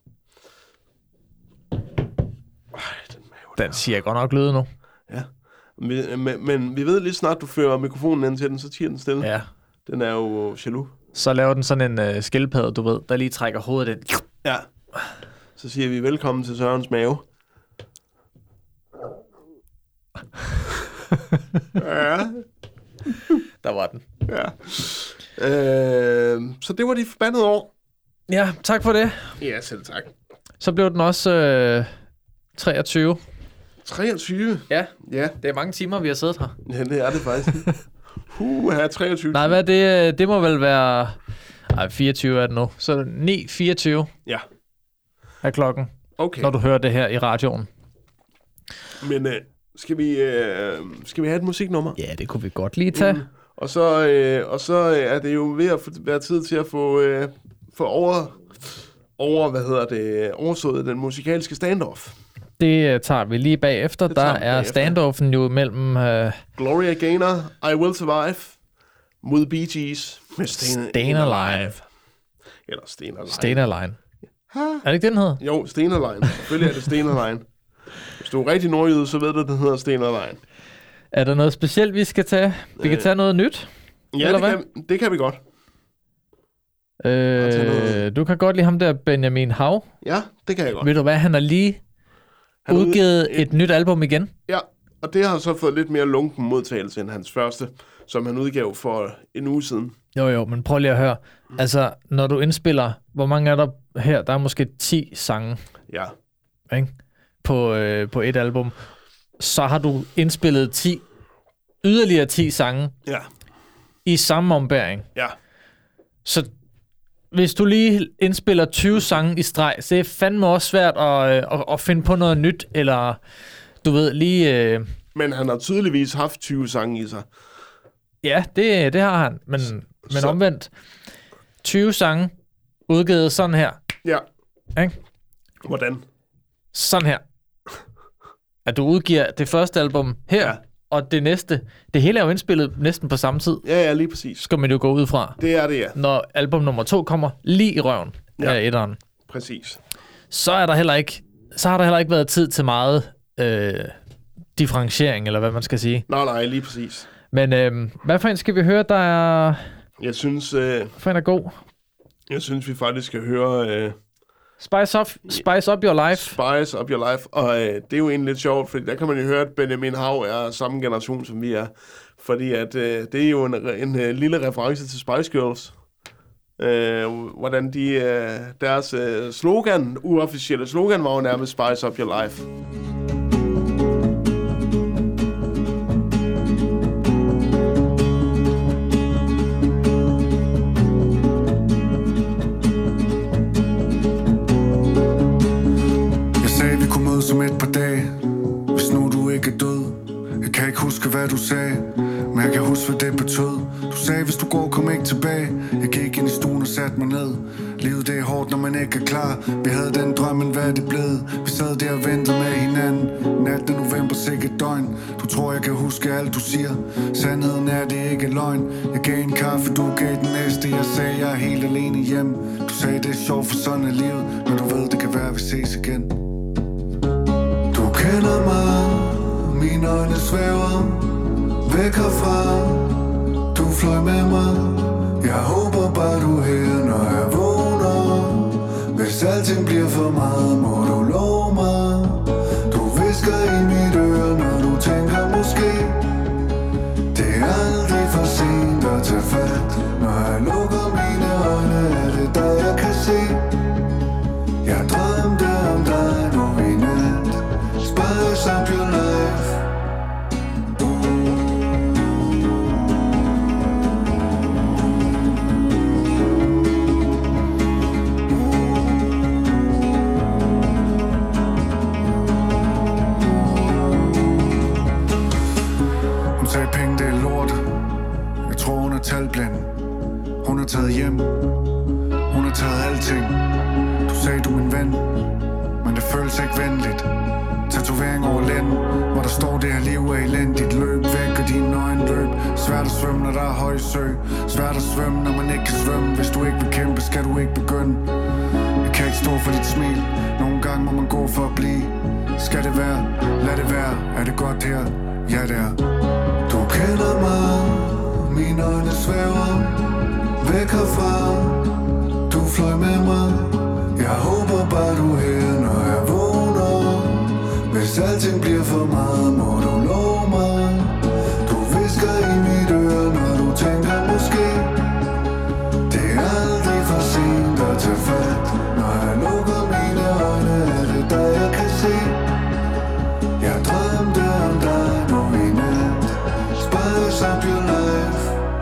Den siger godt nok lyde nu. Ja. Men vi ved lige snart, du fører mikrofonen ind til den, så tiger den stille. Ja. Den er jo jaloux. Så laver den sådan en skildpadde, du ved, der lige trækker hovedet ind. Ja. Så siger vi velkommen til Sørens mave. Ja. Der var den. Ja. Så det var de forbandede år. Ja, tak for det. Ja, selv tak. Så blev den også 23. 23? Ja. Det er mange timer, vi har siddet her. Ja, det er det faktisk. Her 23. Nej, hvad det må vel være... Ej, 24 er det nu. Så 9:24 ja. er klokken, okay. Når du hører det her i radioen. Men skal vi have et musiknummer? Ja, det kunne vi godt lige tage. Og så er det jo ved at være tid til at få overstået den musikalske standoff. Det tager vi lige bagefter. Der er standoffen jo mellem... Gloria Gaynor, I Will Survive, mod Bee Gees med Stayin' Alive. Eller Stayin' Alive. Stayin' Alive. Er det ikke den hedder? Jo, Stayin' Alive. Selvfølgelig er det Stayin' Alive. Hvis du er rigtig nordjyde, så ved du, den hedder Stayin' Alive. Er der noget specielt, vi skal tage? Vi kan tage noget nyt? Ja, det kan vi godt. Du kan godt lide ham der, Benjamin Hav. Ja, det kan jeg godt. Ved du hvad, han har lige udgivet et nyt album igen. Ja, og det har så fået lidt mere lunken modtagelse end hans første, som han udgav for en uge siden. Jo, men prøv lige at høre. Altså, når du indspiller, hvor mange er der her? Der er måske 10 sange. Ja. Ikke? På et album. Så har du indspillet yderligere 10 sange. Ja. I samme ombæring. Ja. Så hvis du lige indspiller 20 sange i streg, så er det fandme også svært at finde på noget nyt, eller du ved lige... Men han har tydeligvis haft 20 sange i sig. Ja, det har han, men omvendt. 20 sange udgivet sådan her. Ja. Ikke? Hvordan? Sådan her. At du udgiver det første album her, ja. Og det næste. Det hele er jo indspillet næsten på samme tid. Ja, lige præcis. Skal man jo gå ud fra. Det er det, ja. Når album nummer 2 kommer lige i røven af etteren. Præcis. Så har der heller ikke været tid til meget differentiering, eller hvad man skal sige. Nej, lige præcis. Men hvad for en skal vi høre, der er... Jeg synes... for en er god? Jeg synes, vi faktisk skal høre... Spice Up Your Life. Spice Up Your Life. Og det er jo egentlig lidt sjovt, fordi der kan man jo høre, at Benjamin Hav er samme generation, som vi er. Fordi at det er jo en lille reference til Spice Girls. Hvordan deres slogan, uofficielle slogan, var jo nærmest Spice Up Your Life. ikke er død. Jeg kan ikke huske, hvad du sagde, men jeg kan huske, hvad det betød. Du sagde, hvis du går, kom ikke tilbage. Jeg gik ind i stuen og satte mig ned. Livet det er hårdt, når man ikke er klar. Vi havde den drøm, men hvad er det blevet? Vi sad der og ventede med hinanden. 18. november, sikkert døgn. Du tror, jeg kan huske alt, du siger. Sandheden er, det ikke er løgn. Jeg gav en kaffe, du gav den næste. Jeg sagde, jeg er helt alene hjem. Du sagde, det er sjovt, for sådan er livet. Men du ved, det kan være, vi ses igen. Du kender mig. Mine øjne svæver væk herfra. Du fløj med mig. Jeg håber bare du er her, når jeg vågner. Hvis alting bliver for meget, må du love mig. Du visker i mit øre, når du tænker måske. Det er aldrig for sent at tage fat. Når jeg lukker mine øjne, er det dig jeg kan se. Jeg drømte om dig nu i nat. Spice up your life. Talblind. Hun er taget hjem. Hun har taget alting. Du sagde du min ven, men det føles ikke venligt. Tatovering over lænden, hvor der står det her liv er elendigt. Løb væk og dine øjne løb. Svært at svømme, når der er høj sø. Svært at svømme, når man ikke kan svømme. Hvis du ikke vil kæmpe, skal du ikke begynde. Jeg kan ikke stå for dit smil. Nogle gange må man gå for at blive. Skal det være? Lad det være. Er det godt her? Ja det er. Du kender mig. Mine øjne svæver væk herfra. Du fløj med mig. Jeg håber bare du er her, når jeg vågner. Hvis alting bliver for meget, må du love mig. Du visker i mit øre, når du tænker måske. Det er aldrig for sent at tage fat. Når jeg lukker mine øjne, er det dig jeg kan se. Jeg drømte om dig nu i nat. Spice up your life.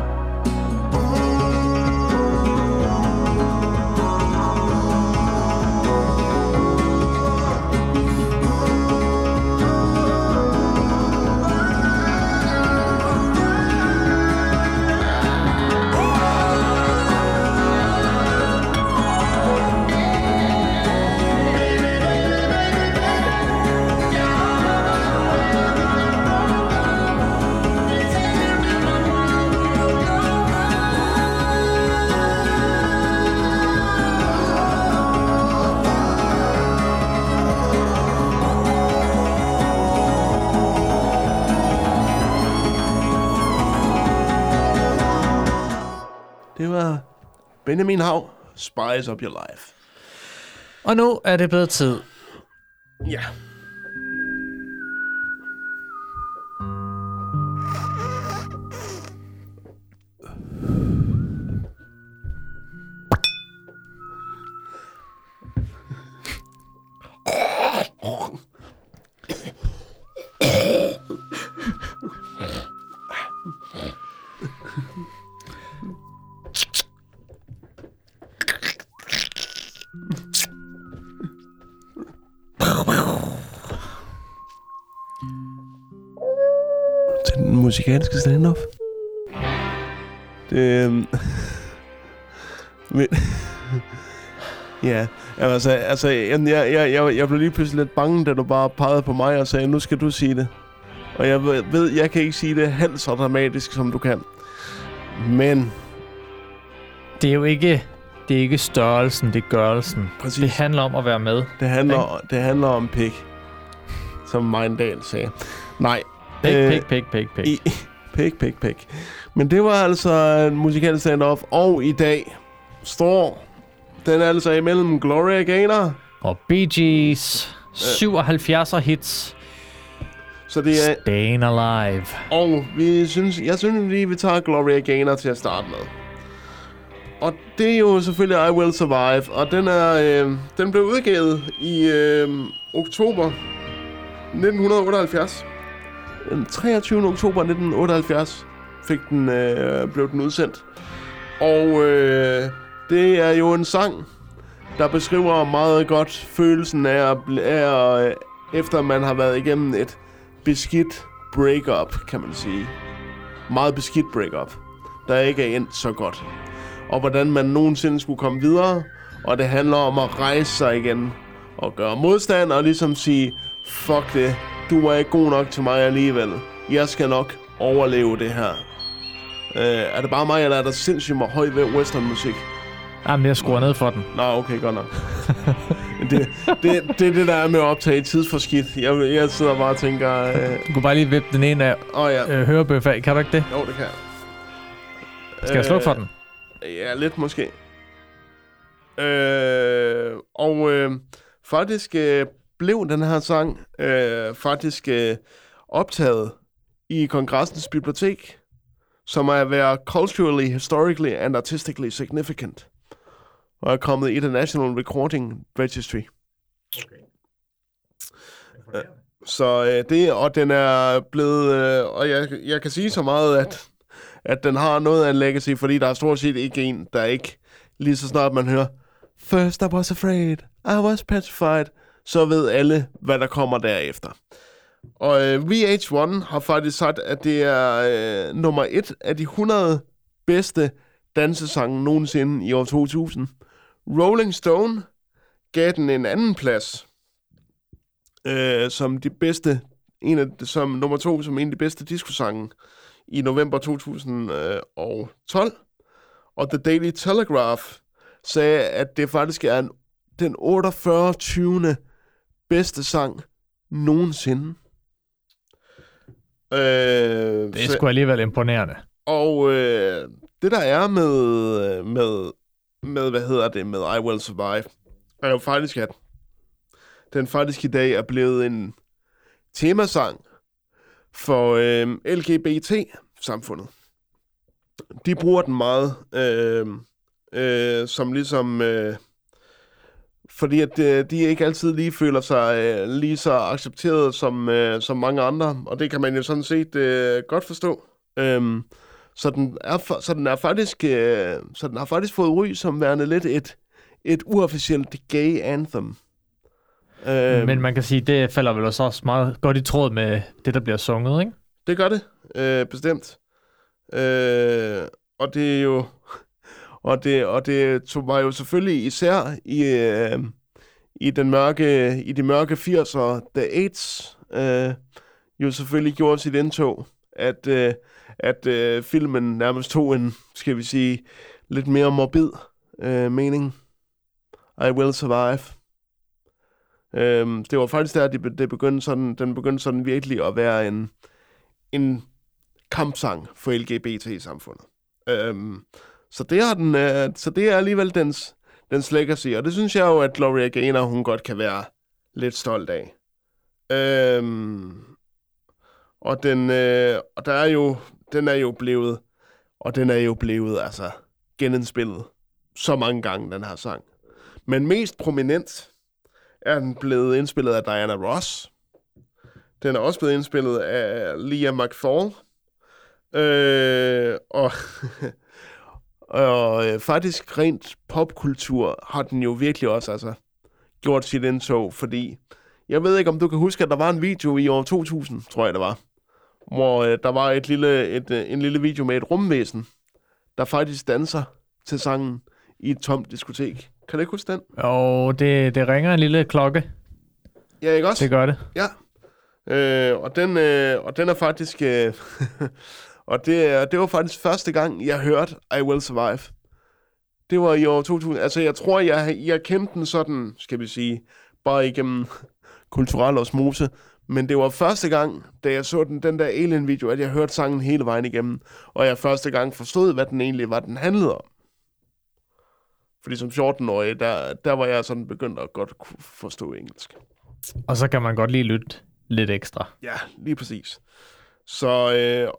Det var Benjamin Hav, Spice Up Your Life. Og nu er det blevet tid. Ja. Til den musikalske stand-off. Det... ja, altså jeg blev lige pludselig lidt bange, da du bare pegede på mig og sagde, nu skal du sige det. Og jeg ved, jeg kan ikke sige det halvt så dramatisk, som du kan. Men... Det er jo ikke... Det er ikke størrelsen, det er gørelsen. Præcis. Det handler om at være med. Det handler om pik. Som Meindal sagde. Nej. Pik. Men det var altså en musikalsk stand-off. Og i dag står den altså imellem Gloria Gaynor og Bee Gees 77'er hits. Så det er Stayin' Alive. Og jeg synes lige, vi tager Gloria Gaynor til at starte med. Og det er jo selvfølgelig I Will Survive. Og den blev udgivet i oktober 1978. Den 23. oktober 1978 blev den udsendt. Og det er jo en sang, der beskriver meget godt følelsen af efter man har været igennem et beskidt breakup, kan man sige. Meget beskidt breakup, der ikke er endt så godt. Og hvordan man nogensinde skulle komme videre, og det handler om at rejse sig igen, og gøre modstand, og ligesom sige, fuck det, du er ikke god nok til mig alligevel. Jeg skal nok overleve det her. Er det bare mig, eller er der sindssygt meget høj westernmusik? Jamen, jeg skruer ned for den. Nå, okay, godt nok. det der er med at optage tidsforskidt. Jeg sidder bare og tænker... Du kunne bare lige vippe den ene af hørebøffer af. Kan du ikke det? Jo, det kan jeg. Skal jeg slukke for den? Ja, lidt måske. Faktisk blev den her sang optaget i Kongressens bibliotek, som er at være culturally, historically and artistically significant, og er kommet i The National Recording Registry. Okay. Og den er blevet, og jeg kan sige så meget, at den har noget af en legacy, fordi der er stort set ikke en, der ikke, lige så snart man hører, First I was afraid, I was petrified, så ved alle, hvad der kommer derefter. Og VH1 har faktisk sagt, at det er nummer 1 af de 100 bedste dansesange nogensinde i år 2000. Rolling Stone gav den en anden plads som de bedste, som nummer 2 som en af de bedste discosange i november 2012. Og The Daily Telegraph sagde, at det faktisk er den 48. 20. bedste sang nogensinde. Det er sgu alligevel imponerende. Og det der er med I Will Survive, er jo faktisk, at den faktisk i dag er blevet en temasang for LGBT-samfundet. De bruger den meget som ligesom... fordi at de ikke altid lige føler sig lige så accepteret som mange andre, og det kan man jo sådan set godt forstå. Så den har faktisk fået ry som værende lidt et uofficielt gay anthem. Men man kan sige, det falder vel også meget godt i tråd med det, der bliver sunget, ikke? Det gør det, bestemt. Og det er jo... Og det var jo selvfølgelig især i de mørke 80'ere, da AIDS jo selvfølgelig gjorde sit indtog, at filmen nærmest tog en, skal vi sige, lidt mere morbid mening. I Will Survive. Det var faktisk der, den begyndte sådan virkelig at være en kampsang for LGBT-samfundet. Så det er alligevel dens legacy, og det synes jeg jo, at Gloria Gaynor, hun godt kan være lidt stolt af. Og den er jo blevet altså genindspillet så mange gange, den her sang. Men mest prominent er den blevet indspillet af Diana Ross. Den er også blevet indspillet af Leah McFall. Og faktisk rent popkultur har den jo virkelig også gjort sit indtog, fordi jeg ved ikke, om du kan huske, at der var en video i år 2000, tror jeg det var, hvor der var en lille video med et rumvæsen, der faktisk danser til sangen i et tomt diskotek. Kan du ikke huske den? Jo, det ringer en lille klokke. Ja, ikke også? Det gør det. Ja. Og den er faktisk... Og det var faktisk første gang, jeg hørte I Will Survive. Det var i år 2000. Altså, jeg tror, jeg kendte den sådan, skal vi sige, bare igennem kulturel osmose. Men det var første gang, da jeg så den der Alien-video, at jeg hørte sangen hele vejen igennem. Og jeg første gang forstod, hvad den egentlig var, den handlede om. Fordi som 14-årig, der var jeg sådan begyndt at godt kunne forstå engelsk. Og så kan man godt lige lytte lidt ekstra. Ja, lige præcis. Så,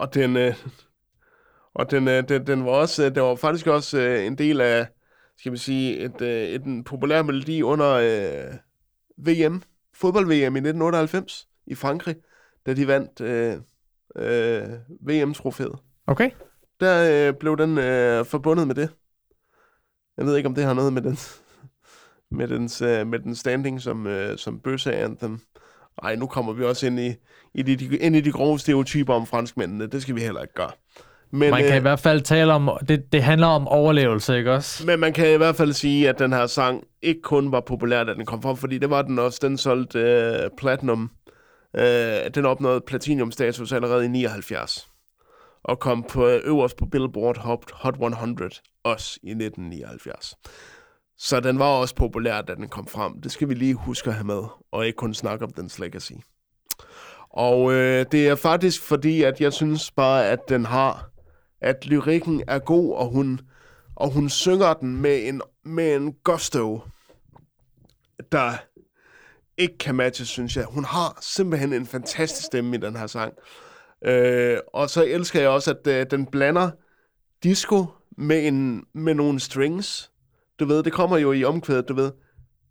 den var også, der var faktisk også en del af, skal vi sige, en populær melodi under fodbold-VM i 1998 i Frankrig, da de vandt VM-trofæet. Okay. Der blev den forbundet med det. Jeg ved ikke, om det har noget med den standing som bøsse anthem Ej, nu kommer vi også ind i de grove stereotyper om franskmændene. Det skal vi heller ikke gøre. Men, man kan i hvert fald tale om, det handler om overlevelse, ikke også? Men man kan i hvert fald sige, at den her sang ikke kun var populær, da den kom frem, fordi det var den også. Den solgte platinum. Den opnåede platinum-status allerede i 79. Og kom øverst på Billboard Hot 100 også i 1979. Så den var også populær, da den kom frem. Det skal vi lige huske at have med, og ikke kun snakke om dens legacy. Og det er faktisk fordi, at jeg synes bare, at lyrikken er god, og hun synger den med en gusto, der ikke kan matche, synes jeg. Hun har simpelthen en fantastisk stemme i den her sang. Og så elsker jeg også, at den blander disco med nogle strings. Du ved, det kommer jo i omkvædet, du ved.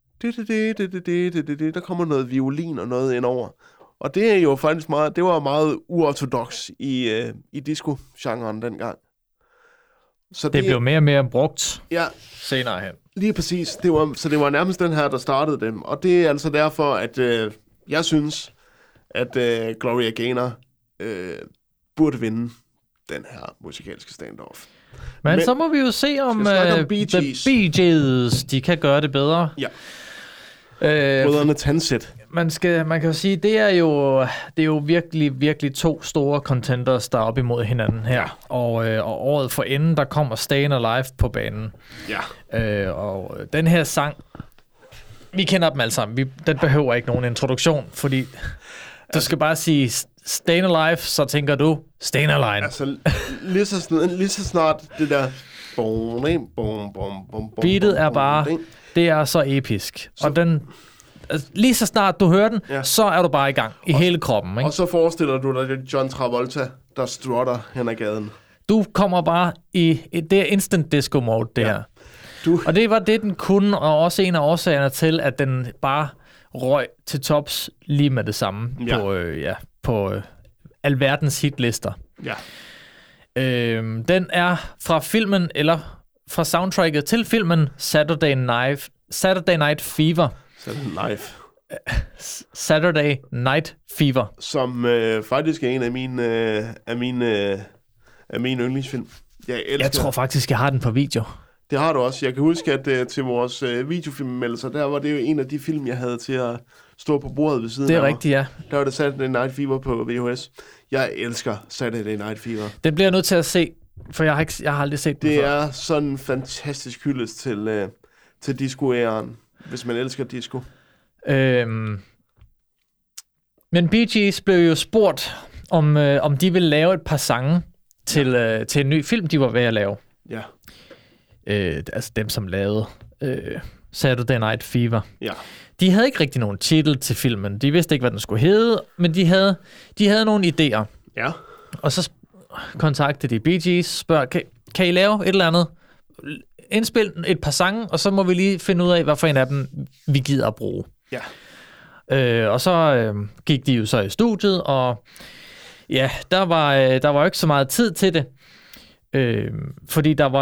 Der kommer noget violin og noget indover. Og det er jo faktisk meget uortodoks i disco-genren dengang. Så det blev mere og mere brugt senere hen. Lige præcis. Så det var nærmest den her, der startede dem. Og det er altså derfor, at jeg synes, at Gloria Gaynor burde vinde den her musikalske standoff. Men så må vi jo se, om The Bee Gees, de kan gøre det bedre. Ja. Brødrene Tanset. Man kan jo sige, det er jo virkelig, virkelig to store contenders, der er op imod hinanden her. Ja. Og året for enden, der kommer Stayin' Alive på banen. Ja. Og den her sang, vi kender dem alle sammen. Den behøver ikke nogen introduktion, fordi du skal bare sige Stayin' Alive, så tænker du Stayin' Alive. Altså, lige så snart det der beatet er bare, det er så episk. Og den, lige så snart du hører den, så er du bare i gang i hele kroppen. Ikke? Og så forestiller du dig John Travolta, der strutter hen ad gaden. Du kommer bare i det er instant disco mode, det her. Og det var det, den kunne, og også en af årsagerne til, at den bare røg til tops lige med det samme på alverdens hitlister. Ja. Den er fra filmen, eller fra soundtracket til filmen Saturday Night Fever. Saturday Night Fever. Som faktisk er en af mine yndlingsfilm. Jeg tror faktisk, jeg har den på video. Det har du også. Jeg kan huske, at til vores videofilmmeldelser, der var det jo en af de film, jeg havde til at stå på bordet ved siden af. Det er rigtigt, ja. Der var det Saturday Night Fever på VHS. Jeg elsker Saturday Night Fever. Den bliver jeg nødt til at se, for jeg har aldrig set den før. Det er sådan en fantastisk hyldest til disco-æren, hvis man elsker disco. Men Bee Gees blev jo spurgt, om de ville lave et par sange til en ny film, de var ved at lave. Ja. Altså dem, som lavede Saturday Night Fever. Ja. De havde ikke rigtig nogen titel til filmen. De vidste ikke, hvad den skulle hedde, men de havde nogle idéer. Ja. Og så kontaktede de Bee Gees, spørger, kan I lave et eller andet? Indspil et par sange, og så må vi lige finde ud af, hvad for en af dem vi gider at bruge. Ja. Og så gik de jo så i studiet, og ja, der var ikke så meget tid til det. Fordi der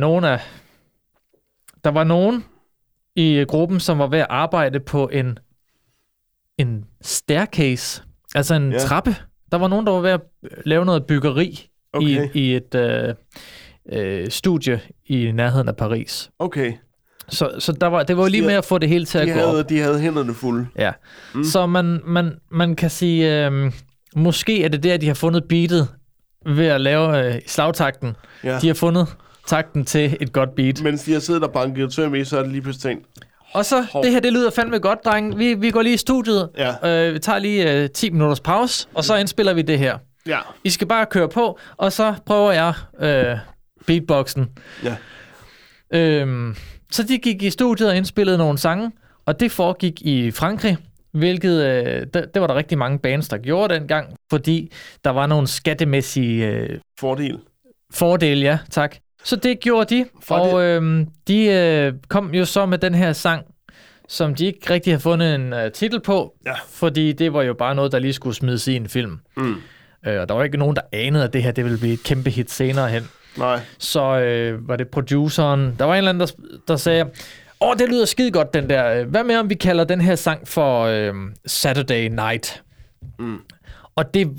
var nogen i gruppen, som var ved at arbejde på en staircase, altså en trappe. Der var nogen, der var ved at lave noget byggeri i et studie i nærheden af Paris. Okay. Så det var lige med at få det hele til at gå op. De havde hænderne fulde. Ja. Så man kan sige, måske er det der, de har fundet beatet ved at lave slagtakten. Ja. De har fundet takten til et godt beat. Mens de har siddet og banket tøm i, så er det lige pludselig tænkt. Og så, det her, det lyder fandme godt, dreng. Vi går lige i studiet. Ja. Vi tager lige 10 minutters pause, og så indspiller vi det her. Ja. I skal bare køre på, og så prøver jeg beatboxen. Ja. Så de gik i studiet og indspillede nogle sange, og det foregik i Frankrig, hvilket det var der rigtig mange bands, der gjorde dengang, fordi der var nogle skattemæssige fordele, ja, tak. Så det gjorde de, og de kom jo så med den her sang, som de ikke rigtig har fundet en titel på, fordi det var jo bare noget, der lige skulle smides i en film. Og der var ikke nogen, der anede, at det her det ville blive et kæmpe hit senere hen. Nej. Så var det produceren, der var en eller anden, der sagde, Det lyder skide godt, den der. Hvad med, om vi kalder den her sang for Saturday Night? Og det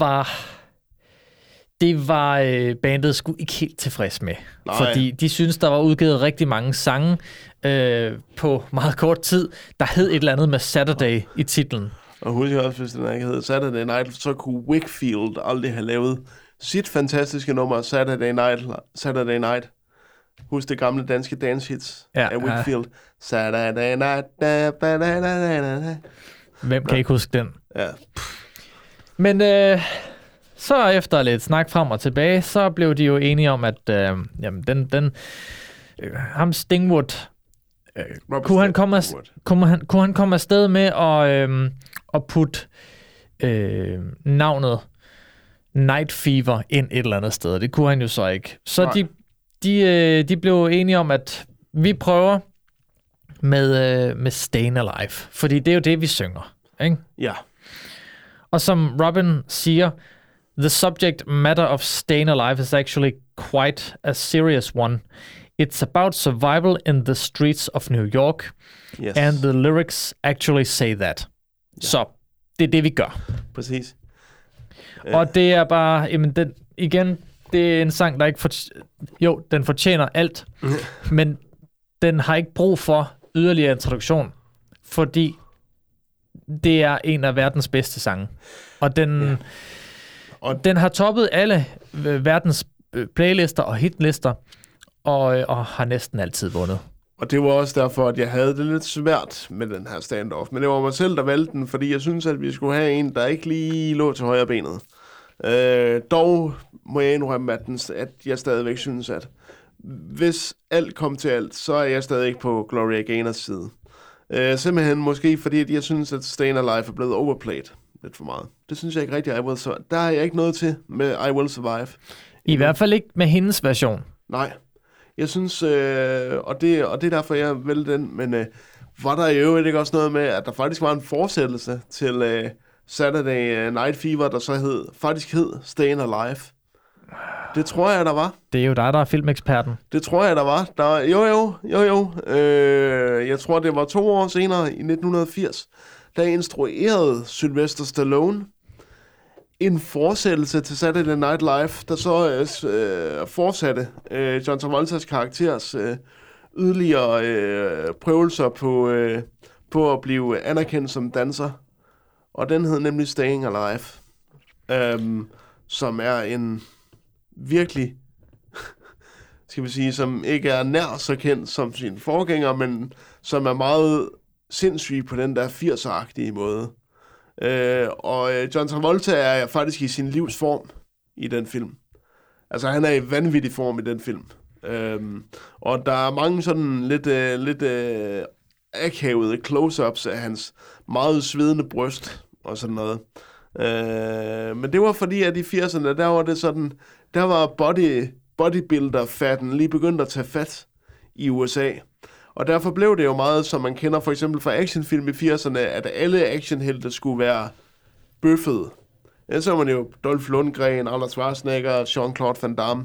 var bandet sgu ikke helt tilfreds med. Nej. Fordi de synes der var udgivet rigtig mange sange på meget kort tid, der hed et eller andet med Saturday i titlen. Og husk også, hvis den ikke hed Saturday Night, så kunne Wakefield aldrig have lavet sit fantastiske nummer Saturday Night. Husk det gamle danske dance hits af Wakefield. Saturday Night. Hvem kan ikke huske den? Ja. Men så efter lidt snak frem og tilbage, så blev de jo enige om, at ham Stingwood, kunne han komme afsted med at putte navnet Night Fever ind et eller andet sted. Det kunne han jo så ikke. Så de blev enige om, at vi prøver med Stayin' Alive, fordi det er jo det, vi synger, ikke? Ja. Og som Robin siger, the subject matter of Stayin' Alive is actually quite a serious one. It's about survival in the streets of New York, yes. And the lyrics actually say that. Ja. Så det er det, vi gør. Præcis. Og det er bare, jamen det er en sang, der ikke den fortjener alt, men den har ikke brug for yderligere introduktion, fordi det er en af verdens bedste sange. Og den har toppet alle verdens playlister og hitlister, og har næsten altid vundet. Og det var også derfor, at jeg havde det lidt svært med den her standoff. Men det var mig selv, der valgte den, fordi jeg synes, at vi skulle have en, der ikke lige lå til højre benet. Dog må jeg indrømme, at jeg stadigvæk synes, at hvis alt kom til alt, så er jeg stadig på Gloria Gaynors side. Simpelthen måske fordi, at jeg synes, at Stayin' Alive er blevet overplayed lidt for meget. Det synes jeg ikke rigtig, der er jeg ikke noget til med I Will Survive. I hvert fald ikke med hendes version. Nej. Jeg synes, og det er derfor, jeg vælger den, men var der i øvrigt ikke også noget med, at der faktisk var en fortsættelse til Saturday Night Fever, der så faktisk hed Stayin' Alive. Det tror jeg, der var. Det er jo dig, der er filmeksperten. Det tror jeg, der var. Jo. Jeg tror, det var 2 år senere, i 1980, der instruerede Sylvester Stallone en fortsættelse til Saturday Night Live, der så fortsatte John Travoltas karakteres yderligere prøvelser på at blive anerkendt som danser. Og den hed nemlig Stayin' Alive, som er en virkelig, skal vi sige, som ikke er nær så kendt som sin forgænger, men som er meget sindssyg på den der 80'er-agtige måde. Og John Travolta er faktisk i sin livs form i den film. Altså, han er i vanvittig form i den film. Og der er mange sådan lidt akavede close-ups af hans meget svedende bryst og sådan noget. Men det var fordi, at i 80'erne, der var det sådan, der var bodybuilder-fatten lige begyndt at tage fat i USA. Og derfor blev det jo meget, som man kender for eksempel fra actionfilm i 80'erne, at alle actionhelte skulle være bøffede. Ja, så var man jo Dolph Lundgren, Arnold Schwarzenegger, Jean-Claude Van Damme.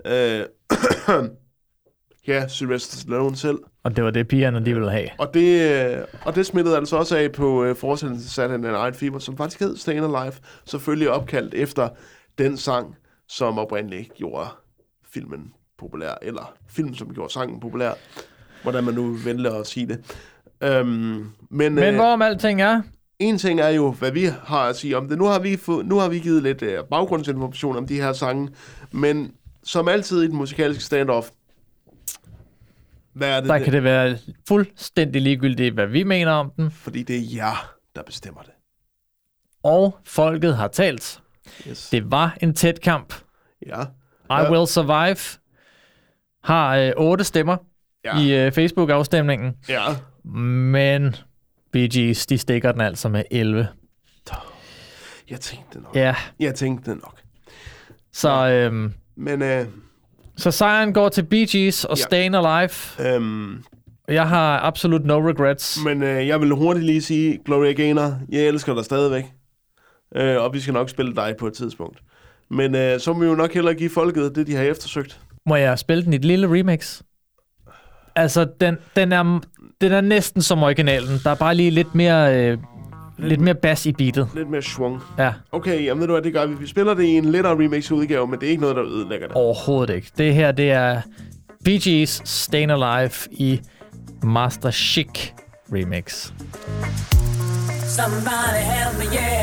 Ja, Sylvester Stallone selv. Og det var det, pigerne de ville have. Og det smittede altså også af på forestillingen til Saturday Night Fever, som faktisk hed Stayin' Alive, selvfølgelig opkaldt efter den sang, som oprindeligt gjorde filmen populær, eller film, som gjorde sangen populær. Hvordan man nu vælger at sige det. Men hvorom alting er? En ting er jo, hvad vi har at sige om det. Nu har vi givet lidt baggrundsinformation om de her sange, men som altid i den musikalske standoff, hvad er det? Der kan det være fuldstændig ligegyldigt, hvad vi mener om den. Fordi det er jer, der bestemmer det. Og folket har talt. Yes. Det var en tæt kamp. Ja. I Will Survive har 8 stemmer i Facebook-afstemningen. Ja. Men Bee Gees, de stikker den altså med 11. Jeg tænkte det nok. Ja. Jeg tænkte det nok. Så, så sejren går til Bee Gees og Stayin' Alive. Jeg har absolut no regrets. Men jeg vil hurtigt lige sige, Gloria Gaynor, jeg elsker dig stadigvæk. Og vi skal nok spille dig på et tidspunkt. Men så må vi jo nok hellere give folket det, de har eftersøgt. Må jeg spille den i et lille remix? Altså, den er næsten som originalen. Der er bare lige lidt mere bas i beatet. Lidt mere schwung. Ja. Okay, jamen ved du hvad, det gør vi. Vi spiller det i en lettere remix-udgave, men det er ikke noget, der ødelægger det. Overhovedet ikke. Det her, det er Bee Gees Stayin' Alive i Master Chic remix. Somebody help me, yeah.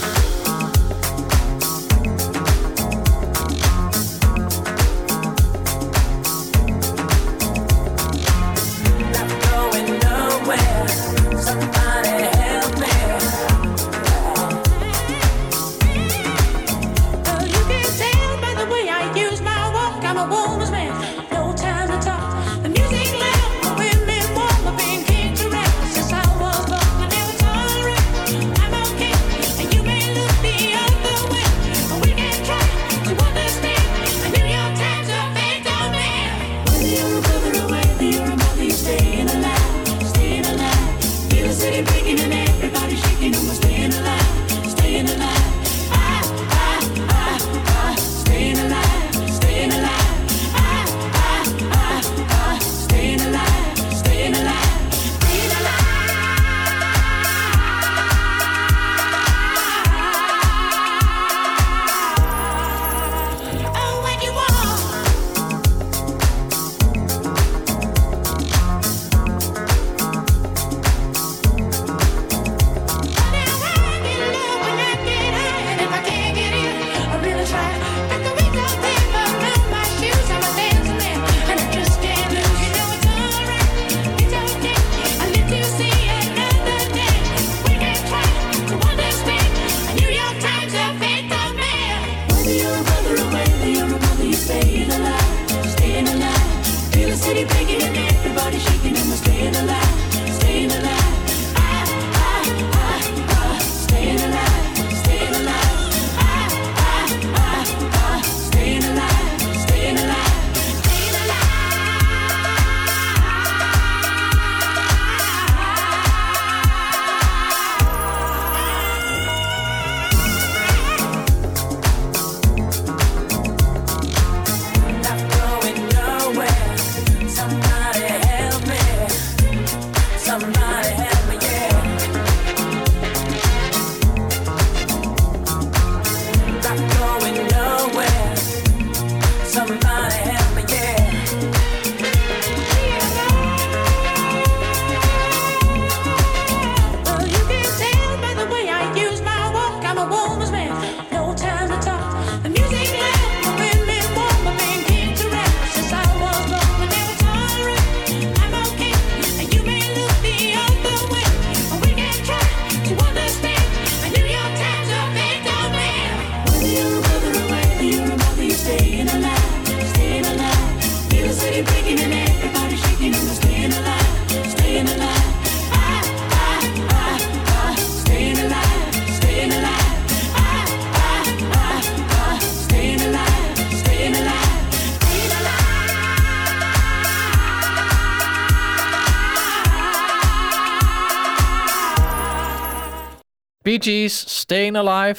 Bee Gees, Stayin' Alive,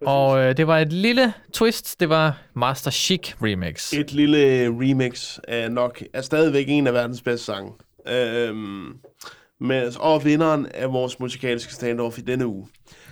og det var et lille twist. Det var Master Chic remix. Et lille remix er stadigvæk en af verdens bedste sange. Og vinderen af vores musikalske standoff i denne uge.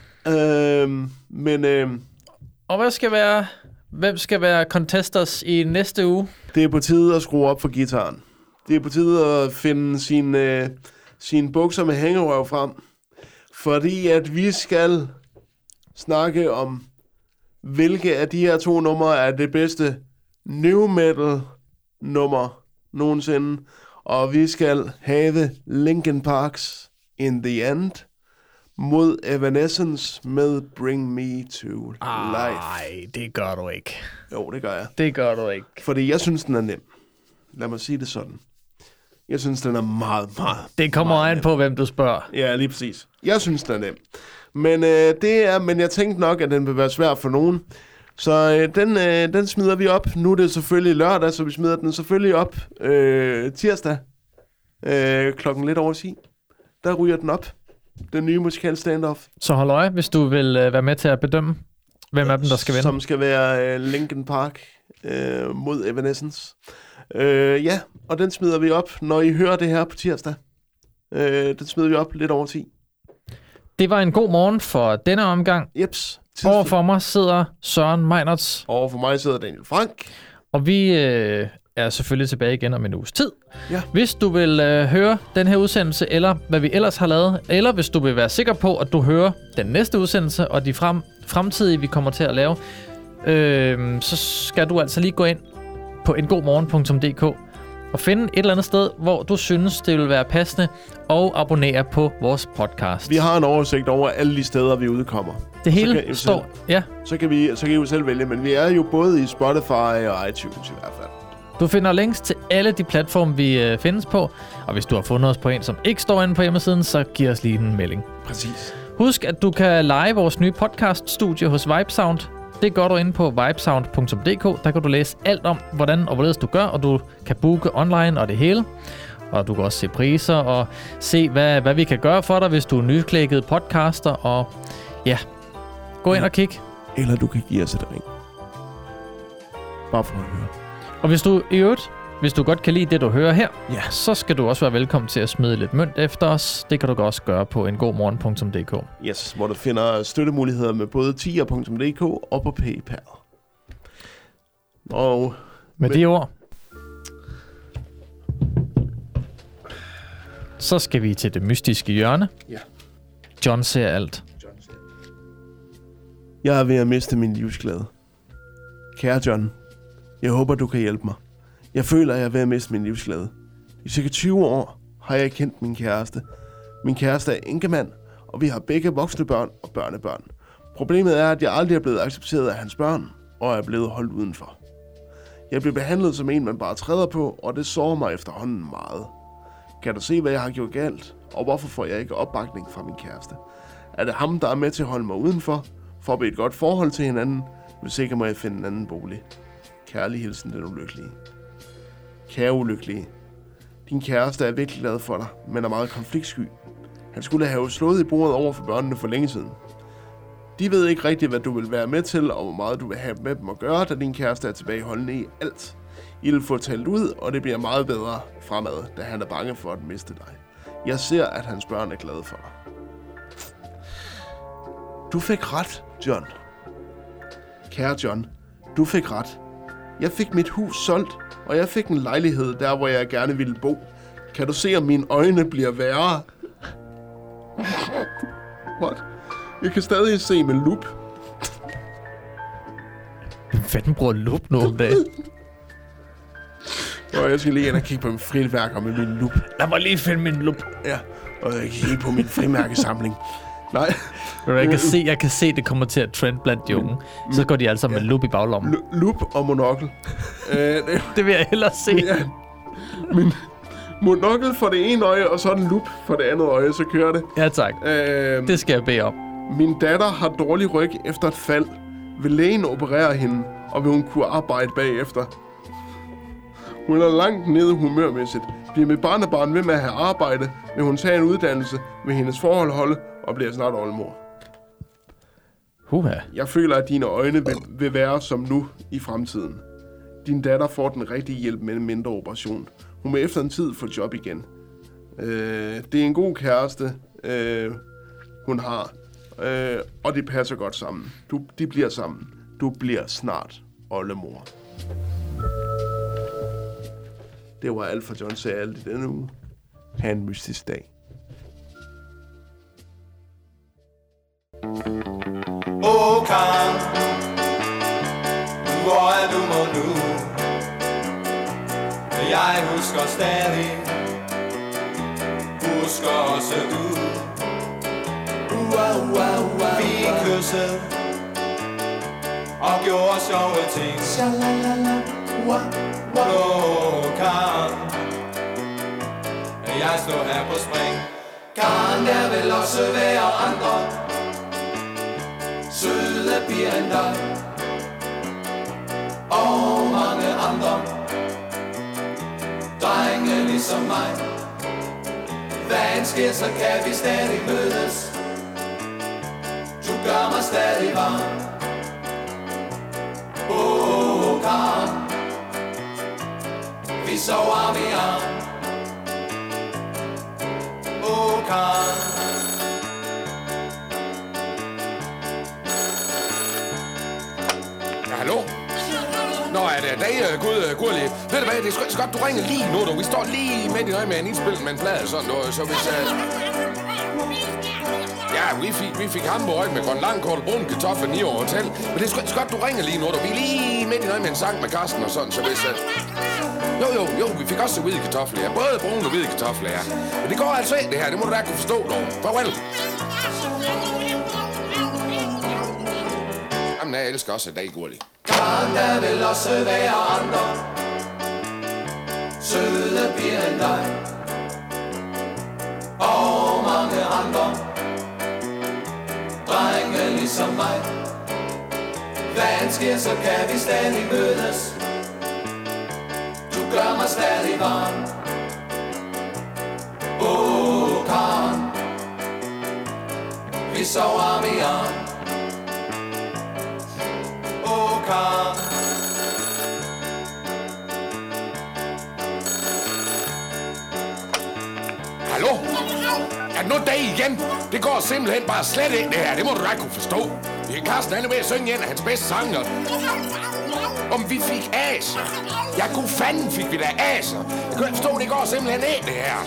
Og hvem skal være contesters i næste uge? Det er på tide at skrue op for guitaren. Det er på tide at finde sine bukser med hængerøv frem. Fordi at vi skal snakke om, hvilke af de her 2 numre er det bedste new metal nummer nogensinde. Og vi skal have Linkin Park's In The End mod Evanescence med Bring Me To Life. Nej, det gør du ikke. Jo, det gør jeg. Det gør du ikke. Fordi jeg synes, den er nem. Lad mig sige det sådan. Jeg synes, den er meget, meget... Det kommer an på, hvem du spørger. Ja, lige præcis. Jeg synes, den er nem. Men jeg tænkte nok, at den vil være svær for nogen. Så den smider vi op. Nu er det selvfølgelig lørdag, så vi smider den selvfølgelig op tirsdag. Klokken lidt over 10. Der ryger den op. Den nye musical standoff. Så hold øje, hvis du vil være med til at bedømme, hvem af dem, der skal vinde. Som skal være Linkin Park mod Evanescence. Ja, og den smider vi op, når I hører det her på tirsdag. Den smider vi op lidt over 10. Det var en god morgen for denne omgang. Jeps. Overfor mig sidder Søren Meinertz. Overfor mig sidder Daniel Frank. Og vi er selvfølgelig tilbage igen om en uges tid. Ja. Hvis du vil høre den her udsendelse, eller hvad vi ellers har lavet, eller hvis du vil være sikker på, at du hører den næste udsendelse, og de fremtidige, vi kommer til at lave, så skal du altså lige gå ind på engodmorgen.dk og finde et eller andet sted, hvor du synes, det vil være passende, og abonnere på vores podcast. Vi har en oversigt over alle de steder, vi udkommer. Det hele står, ja. Så kan I jo selv vælge, men vi er jo både i Spotify og iTunes i hvert fald. Du finder links til alle de platforme, vi findes på, og hvis du har fundet os på en, som ikke står inde på hjemmesiden, så giv os lige en melding. Præcis. Husk, at du kan lege vores nye podcast-studie hos Vibesound. Det gør du inde på vibesound.dk. Der kan du læse alt om, hvordan og hvorledes du gør, og du kan booke online og det hele. Og du kan også se priser og se, hvad vi kan gøre for dig, hvis du er nyklikket podcaster. Og ja, gå ind og kig. Eller du kan give os et ring. Bare for at høre. Og hvis du godt kan lide det, du hører her, ja, så skal du også være velkommen til at smide lidt mønt efter os. Det kan du også gøre på engodmorgen.dk. Yes, hvor du finder støttemuligheder med både tier.dk og på PayPal. Og med de ord, så skal vi til det mystiske hjørne. Ja. John ser alt. Jeg er ved at miste min livsglæde. Kære John, jeg håber, du kan hjælpe mig. Jeg føler, at jeg er ved at miste min livsglæde. I cirka 20 år har jeg kendt min kæreste. Min kæreste er enkemand, og vi har begge voksne børn og børnebørn. Problemet er, at jeg aldrig er blevet accepteret af hans børn, og er blevet holdt udenfor. Jeg bliver behandlet som en, man bare træder på, og det sårer mig efterhånden meget. Kan du se, hvad jeg har gjort galt, og hvorfor får jeg ikke opbakning fra min kæreste? Er det ham, der er med til at holde mig udenfor, for at blive et godt forhold til hinanden, hvis ikke må jeg finde en anden bolig? Kærlig hilsen, den ulykkelige. Kære ulykkelige. Din kæreste er virkelig glad for dig, men er meget konfliktsky. Han skulle have slået i bordet over for børnene for længe siden. De ved ikke rigtigt, hvad du vil være med til, og hvor meget du vil have med dem at gøre, da din kæreste er tilbageholdende i alt. I vil få talt ud, og det bliver meget bedre fremad, da han er bange for at miste dig. Jeg ser, at hans børn er glade for dig. Du fik ret, John. Kære John, du fik ret. Jeg fik mit hus solgt, og jeg fik en lejlighed der, hvor jeg gerne ville bo. Kan du se, om mine øjne bliver værre? What? Jeg kan stadig se med lup. Hvem fanden bruger lup nu om dagen? Jeg skal lige ind og kigge på min frimærker med min lup. Lad mig lige finde min lup. Ja, og jeg kan kigge på min frimærkesamling. Nej. Jeg kan se, det kommer til at trend blandt de unge. Så går de altså med lup i baglommen. Lup og monokkel. Det vil jeg hellere se. Ja. Min monokkel for det ene øje, og så en lup for det andet øje, så kører det. Ja, tak. Det skal jeg bede om. Min datter har dårlig ryg efter et fald. Vil lægen operere hende, og vil hun kunne arbejde bagefter? Hun er langt nede humørmæssigt. Bliver mit barnebarn ved med at have arbejde, vil hun tage en uddannelse, vil hendes forhold holde, og bliver snart oldemor. Jeg føler, at dine øjne vil være som nu i fremtiden. Din datter får den rigtige hjælp med en mindre operation. Hun vil efter en tid få job igen. Det er en god kæreste, hun har. Og det passer godt sammen. De bliver sammen. Du bliver snart oldemor. Det var alt for John sagde alt i denne uge. Ha' en mystisk dag. Karen, hvor er du mod nu? Jeg husker stadig, husker også du. Vi kyssede og gjorde sjove ting. Karen, jeg står her på spring. Karen, der vil også være andre søde piger end dig, og mange andre drenge ligesom mig. Hvad end sker, så kan vi stadig mødes. Du gør mig stadig varm. Karen. vi sov arm i arm. Åh, Karen. Ja, hallo? Nå, er det dag, Gurli? Ved du hvad, det er så godt, du ringer lige nu, du. Vi står lige midt i noget med en indspil med en plade, sådan noget, så hvis... Ja, vi fik hamburg med grønlandkål, brun kartoffel, 9 år hotel. Men det er så godt, du ringer lige nu, du. Vi er lige midt i noget med en sang med Karsten og sådan, så hvis... Jo, vi fik også hvide kartofler, ja. Både brune og hvide kartofler, ja. Men det går altså ikke, det her. Det må du da kunne forstå, dog. Farvel. Jamen, jeg elsker også dig, Gurli. Kan der vil også være andre søde piger end dig, og mange andre drenge ligesom mig. Hvad end sker, så kan vi stadig mødes. Du gør mig stadig varm. Åh, Karen, vi sover arm i arm. Åh, Karen. Hallo? Er det nu dag igen? Det går simpelthen bare slet ikke, det her. Det må du da kunne forstå. Karsten, han er ved at synge en af hans bedste sanger. Om vi fik aser. Ja, god fanden fik vi da aser. Jeg kan ikke forstå, det går simpelthen ikke, det her.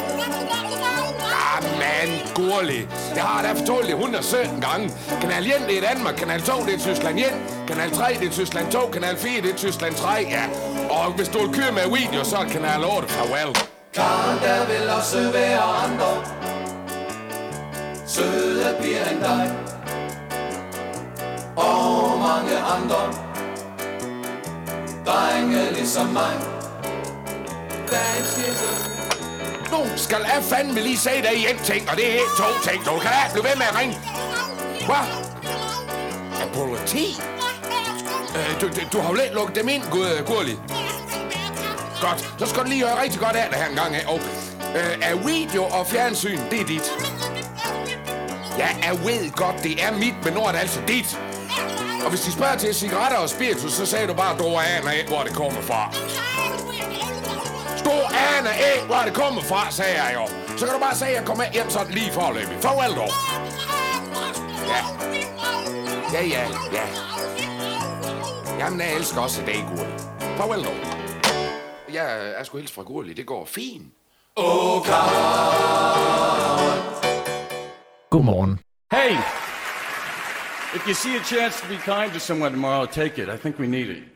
Jamen, Gurli. Jeg har da fortalt det 117 gange. Kanal 1, det er Danmark. Kanal 2, det er Tyskland 1. Kanal 3, det er Tyskland 2. Kanal 4, det er Tyskland 3, ja. Og hvis du vil køre med video, så er Kanal 8. Farvel. Kan der vil også være andre søde piger end dig, og mange andre drenge ligesom mig. Nu skal jeg fandme lige sige dig en ting, og det er 2 ting. Du kan da blive ved med at ringe. Hvad? Er politi? Du har jo lidt lukket dem ind, Gurli. Godt, så skal du lige høre rigtig godt af det her en gang af. Og er video og fjernsyn, det er dit. Ja, jeg ved godt, det er mit, men nu er det altså dit. Og hvis de spørger til cigaretter og spiritus, så sagde du bare, du aner ikke, hvor det kommer fra. Du aner ikke, hvor det kommer fra, sagde jeg jo. Så kan du bare sige, at jeg kommer hjem sådan lige forløbig. Farvel dog. Ja. Jamen, jeg elsker også dig, Gurli. Farvel dog. Jeg skulle hilse fra Gurli. Det går fint. Åh, Karen. Godmorgen. Hey! If you see a chance to be kind to someone tomorrow, take it. I think we need it.